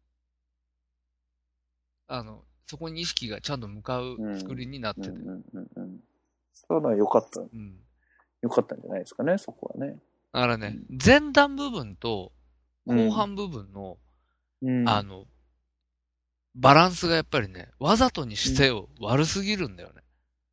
そこに意識がちゃんと向かう作りになってて。 そういうのは良かった。良かったんじゃないですかね、そこはね。 だからね、前段部分と後半部分の、バランスがやっぱりね、わざとにしてを悪すぎるんだよね。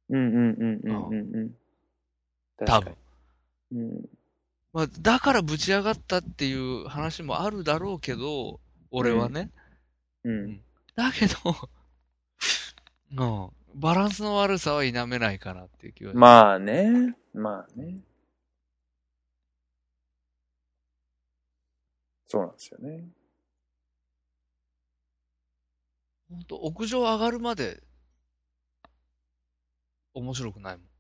多分。まあ、だからぶち上がったっていう話もあるだろうけど、俺はね。だけど、 うん。バランスの悪さは否めないかなっていう気は。 まあね。まあね。そうなんですよね。 ほんと、屋上上がるまで、面白くないもん。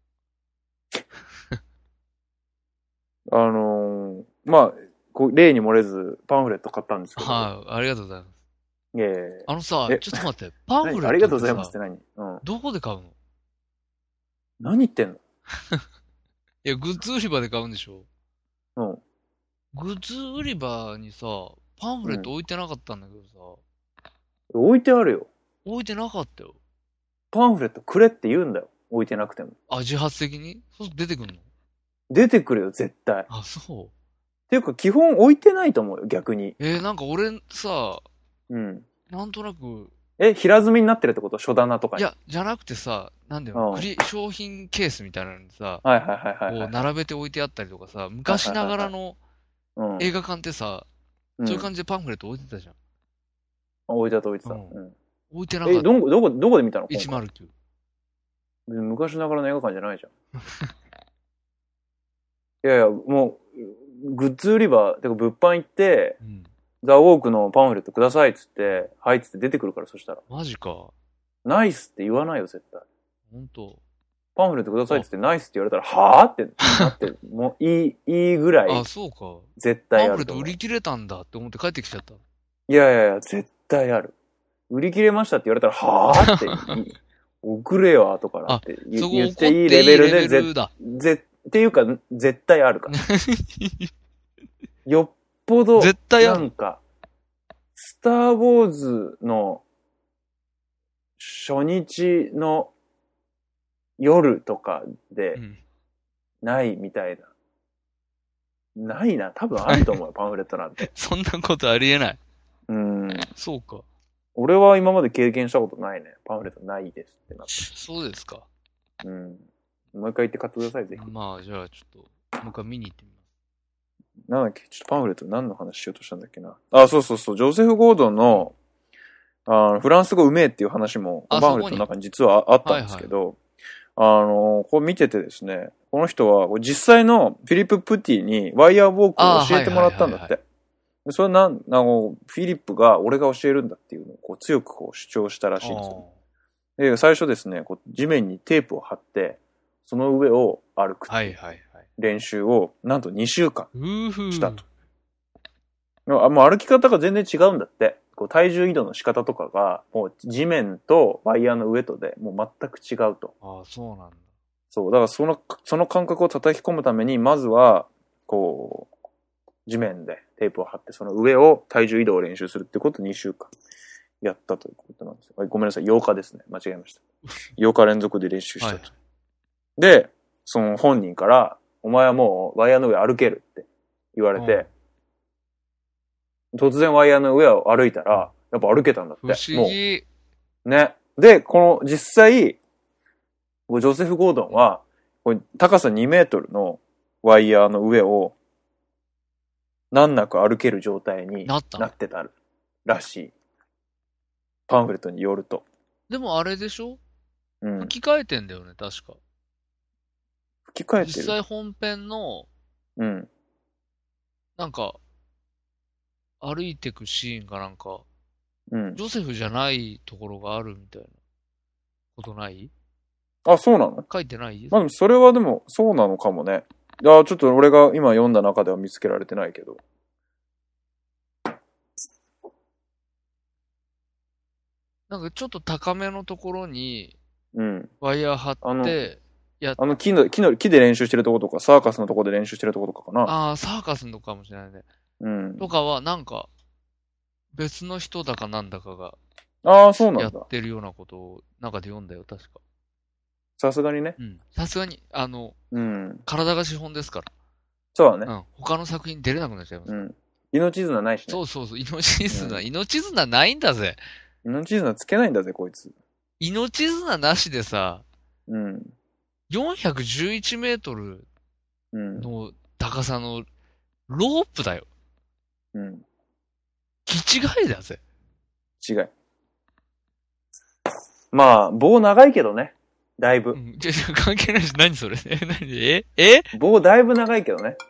まあ、例に漏れず、パンフレット買ったんですけど。 はい、ありがとうございます。ちょっと待って、 パンフレットありがとうございますって何？ どこで買うの？ 何言ってんの？ いや、グッズ売り場で買うんでしょ？ うん。 グッズ売り場にさ、パンフレット置いてなかったんだけどさ。 置いてあるよ。 置いてなかったよ。 パンフレットくれって言うんだよ。置いてなくても。 自発的に？そう出てくるの？ 出てくるよ、絶対。 そう。 っていうか、基本置いてないと思うよ、逆に。 なんか俺さ、 うん。 なんとなく。 平積みになってるってこと？書棚とかに。 いや、じゃなくてさ、なんだよ、商品ケースみたいなのにさ、 はいはいはいはい。 こう並べて置いてあったりとかさ、昔ながらの映画館ってさ、そういう感じでパンフレット置いてたじゃん。 置いてた。置いてなかった。 どこで見たの？ 109。 昔ながらの映画館じゃないじゃん。いやいや、もう、グッズ売り場、てか物販行って、ザ・ウォークのパンフレットくださいっつって、はいっつって出てくるから、そしたら。 マジか。 ナイスって言わないよ、絶対。 ほんと。 パンフレットくださいっつって、ナイスって言われたら、はぁってなって、もういいぐらい。 そうか。 絶対ある。 パンフレット売り切れたんだって思って帰ってきちゃった。 いや、絶対ある。売り切れましたって言われたら、はぁって送れよ、後からって言っていいレベルで、っていうか、絶対あるから。よっぽど、 絶対ある。 なんか、スター・ウォーズの初日の夜とかで、ないみたいな。ないな。多分あると思うよ、パンフレットなんて。 そんなことありえない。そうか。 俺は今まで経験したことないね。パンフレットないですってなって。 そうですか。 もう一回行って買ってください、ぜひ。 まあ、じゃあちょっと、もう一回見に行ってみます。 なんだっけ、ちょっとパンフレット何の話しようとしたんだっけな。そう。ジョセフ・ゴードンの、フランス語うめえっていう話も、パンフレットの中に実はあったんですけど、こう見ててですね、この人は実際のフィリップ・プティにワイヤーウォークを教えてもらったんだって。それフィリップが俺が教えるんだっていうのをこう強くこう主張したらしいんですよ。で、最初ですね、こう地面にテープを貼って、その上を歩く練習をなんと2週間したと。もう歩き方が全然違うんだって。こう体重移動の仕方とかが、もう地面とワイヤーの上とでもう全く違うと。 そうなんだ。 そう、だからその感覚を叩き込むために、まずは、こう、地面でテープを貼って、その上を体重移動を練習するってことを2週間やったということなんですよ。ごめんなさい、8日ですね。間違えました。8日連続で練習したと。で、その本人から、お前はもうワイヤーの上歩けるって言われて、突然ワイヤーの上を歩いたら、やっぱ歩けたんだって。 不思議。 ね。で、実際、ジョセフ・ゴードンは、高さ2メートルのワイヤーの上を、難なく歩ける状態になってたらしい。パンフレットによると。 でもあれでしょ？吹き替えてんだよね、確か。 吹き替えてる？ 実際本編の、なんか、歩いてくシーンかなんか、ジョセフじゃないところがあるみたいなことない？ そうなの？ 書いてない？ まあでもそれはでもそうなのかもね。ちょっと俺が今読んだ中では見つけられてないけど。 なんかちょっと高めのところに、ワイヤー張って、 木で練習してるとことか、サーカスのとこで練習してるとことかかな。 サーカスのとこかもしれないね。とかは、なんか、別の人だかなんだかが、 そうなんだ。 やってるようなことを、なんかで読んだよ、確か。 さすがにね。 さすがに、体が資本ですから。 そうだね。 他の作品出れなくなっちゃいます。 命綱ないしね。 そう、命綱ないんだぜ。 命綱つけないんだぜ、こいつ。 命綱なしでさ、411メートルの高さのロープだよ。気違いだぜ。 違い。 まあ、棒長いけどね。だいぶ。 関係ないし、何それ何棒だいぶ長いけどね。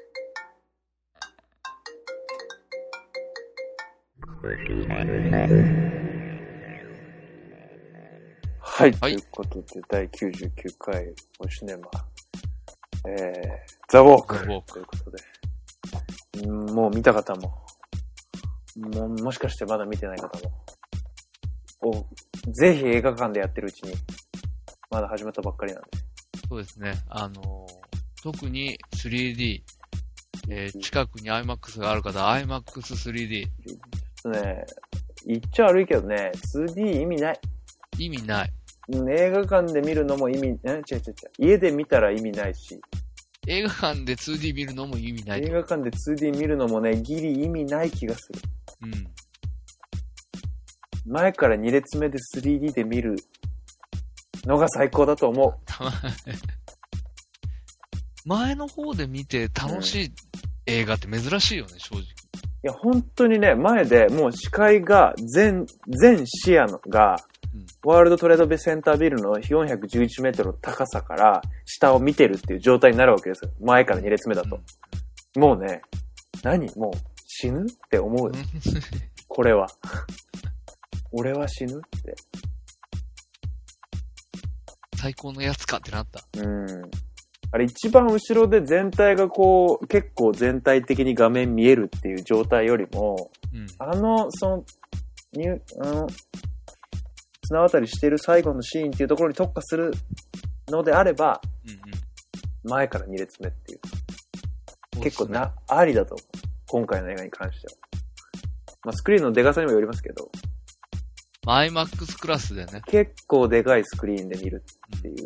はい、ということで、第99回おシネマ、ザ・ウォークということで、もう見た方も、もしかしてまだ見てない方も、ぜひ映画館でやってるうちに、まだ始まったばっかりなんで。 そうですね。特に 3D、近くに IMAX がある方、IMAX3D。 ね、言っちゃ悪いけどね、2D 意味ない。 意味ない。 映画館で見るのも違う。家で見たら意味ないし。 映画館で 2D 見るのも意味ない。 映画館で 2D 見るのもね、ギリ意味ない気がする。 うん。 前から2列目で 3D で見るのが最高だと思う。 前の方で見て楽しい映画って珍しいよね、正直。いや、本当にね、前でもう視界が全視野が、ワールドトレードセンタービルの411メートルの高さから下を見てるっていう状態になるわけですよ。前から2列目だと。もうね、もう死ぬって思うよ。これは。俺は死ぬって。 最高のやつかってなった。 あれ一番後ろで全体がこう、結構全体的に画面見えるっていう状態よりも、綱渡りしてる最後のシーンっていうところに特化するのであれば、前から2列目っていう。結構ありだと思う。今回の映画に関しては。まあ、スクリーンのデカさにもよりますけど。 IMAX クラスでね。 結構でかいスクリーンで見るっていう。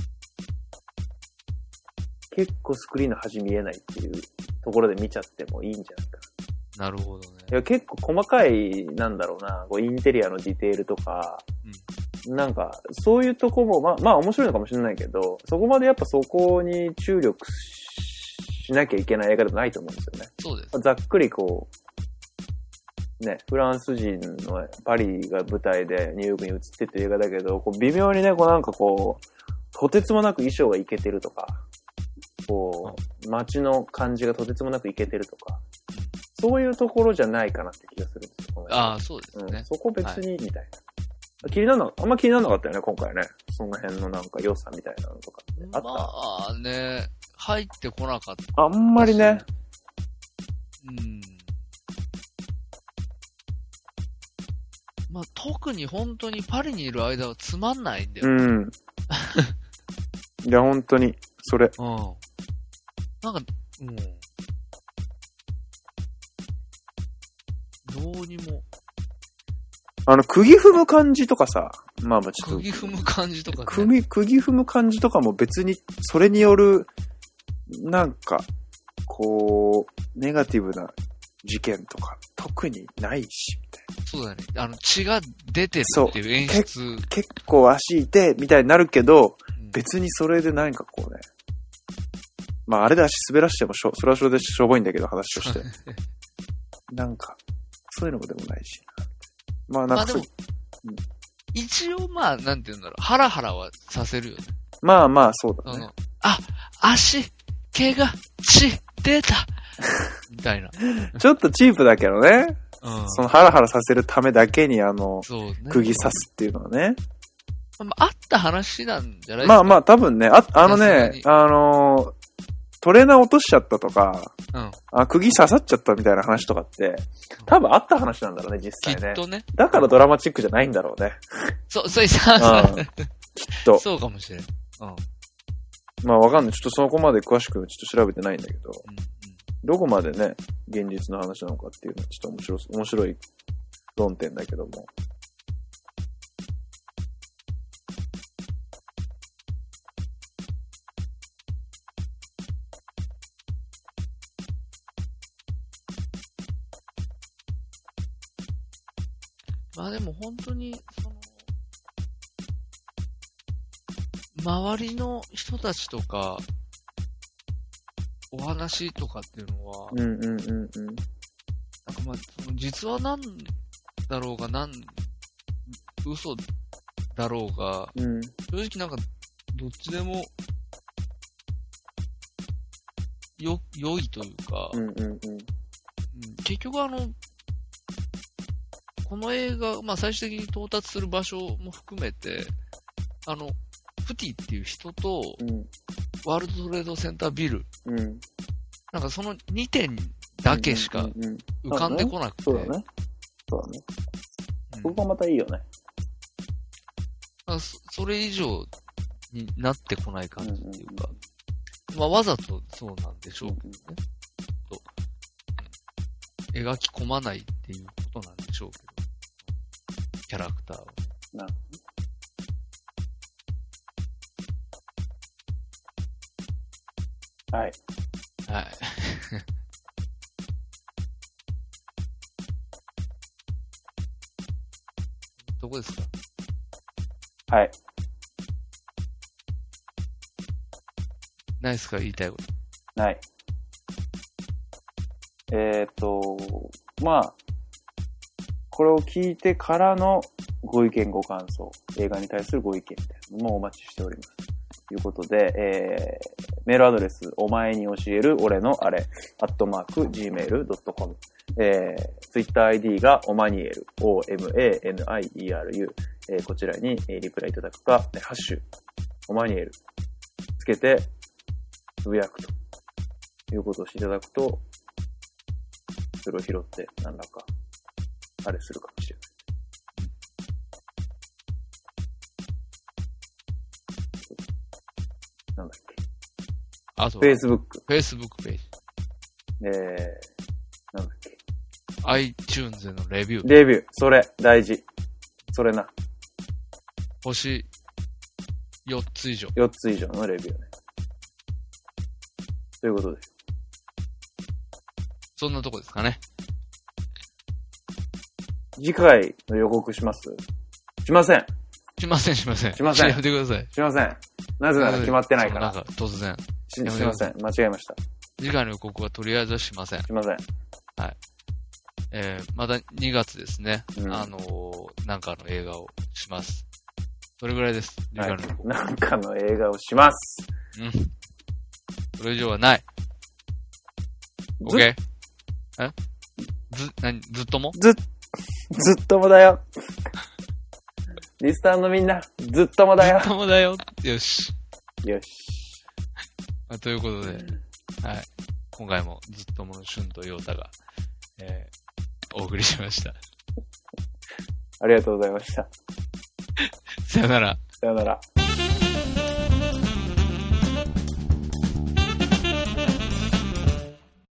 結構スクリーンの端見えないっていうところで見ちゃってもいいんじゃないかな。なるほどね。 いや結構細かい、なんだろうな、こうインテリアのディテールとか、なんか、そういうとこも、まあ面白いのかもしれないけど、そこまでやっぱそこに注力しなきゃいけない映画でもないと思うんですよね。 そうです。 ざっくりこう、ね、フランス人のパリが舞台でニューヨークに移ってっていう映画だけど、こう微妙にね、こうなんかこう、とてつもなく衣装がイケてるとか、こう、街の感じがとてつもなくイケてるとか、そういうところじゃないかなって気がするんですよ。 ああ、そうですね。 そこ別に、みたいな。あんま気にならなかったよね、今回ね。その辺のなんか良さみたいなのとか。あった？ まあね、入ってこなかった。 あんまりね。 まあ特に本当にパリにいる間はつまんないんだよ。 いや、本当に、それ。 なんか、どうにも。 釘踏む感じとかさ、まあちょっと。 釘踏む感じとか、ね。 釘踏む感じとかも別に、それによる、なんか、こう、ネガティブな事件とか、特にないし、みたいな。 そうだね。血が出てるっていう演出。 結構足痛いみたいになるけど、別にそれで何かこうね。まああれで足滑らしてもそれはそれでしょぼいんだけど、話として。なんか、そういうのもでもないし。まあなんかでも、 一応まあ、なんて言うんだろう。ハラハラはさせるよね。 まあまあ、そうだね。 足、怪我、血、出たみたいな。 ちょっとチープだけどね。そのハラハラさせるためだけに釘刺すっていうのはね。 あった話なんじゃないですか。 まあ多分ね、トレーナー落としちゃったとか、釘刺さっちゃったみたいな話とかって、多分あった話なんだろうね、実際ね。 きっとね。 だからドラマチックじゃないんだろうね。 そう、 きっと。 そうかもしれん。 まあわかんない。ちょっとそこまで詳しくちょっと調べてないんだけど、どこまでね、現実の話なのかっていうのはちょっと面白い論点だけども。 まあでも本当に、周りの人たちとか、お話とかっていうのは、なんかまあ、実はなんだろうが嘘だろうが、 うん、 正直なんか、どっちでも、良いというか、結局この映画、まあ最終的に到達する場所も含めて、プティっていう人と、ワールドトレードセンタービル、なんかその2点だけしか浮かんでこなくて。 そうだね。ここがまたいいよね。 それ以上になってこない感じっていうか、まあわざとそうなんでしょうけどね。描き込まないっていうことなんでしょうけど。キャラクターを。 なるほど。はい。 はい。どこですか？ はい。 ないですか？言いたいこと。 ない。まあ、これを聞いてからのご意見ご感想、映画に対するご意見みたいなのもお待ちしております。ということで、メールアドレス、お前に教える俺のあれ、@gmail.com。Twitter ID がオマニエル、OMANIERU。こちらにリプライいただくか、ハッシュ、オマニエル、つけて、つぶやくということをしていただくと、それを拾って何らか、あれするかもしれない。なんだっけ。 あと、 Facebook ページ。 なんだっけ。 iTunes でのレビュー。 レビュー。それ、大事。それな。 星4つ以上。 4つ以上のレビューね。ということです。 そんなとこですかね。 次回の予告します？しません。 しません。 しません。 やめてください。 しません。なぜなら決まってないから。 なんか突然。 すいません。間違えました。 次回の予告はとりあえずはしません。 しません。 はい。また2月ですね。なんかの映画をします。それぐらいです。次回の予告。 なんかの映画をします。 それ以上はない。OK？ ずっとも？ ずっともだよ。リスターのみんな、ずっともだよ。 ずっともだよ。よし。 よし。 ということで、はい。今回もずっとものシュンとヨータが、お送りしました。 ありがとうございました。 さよなら。 さよなら。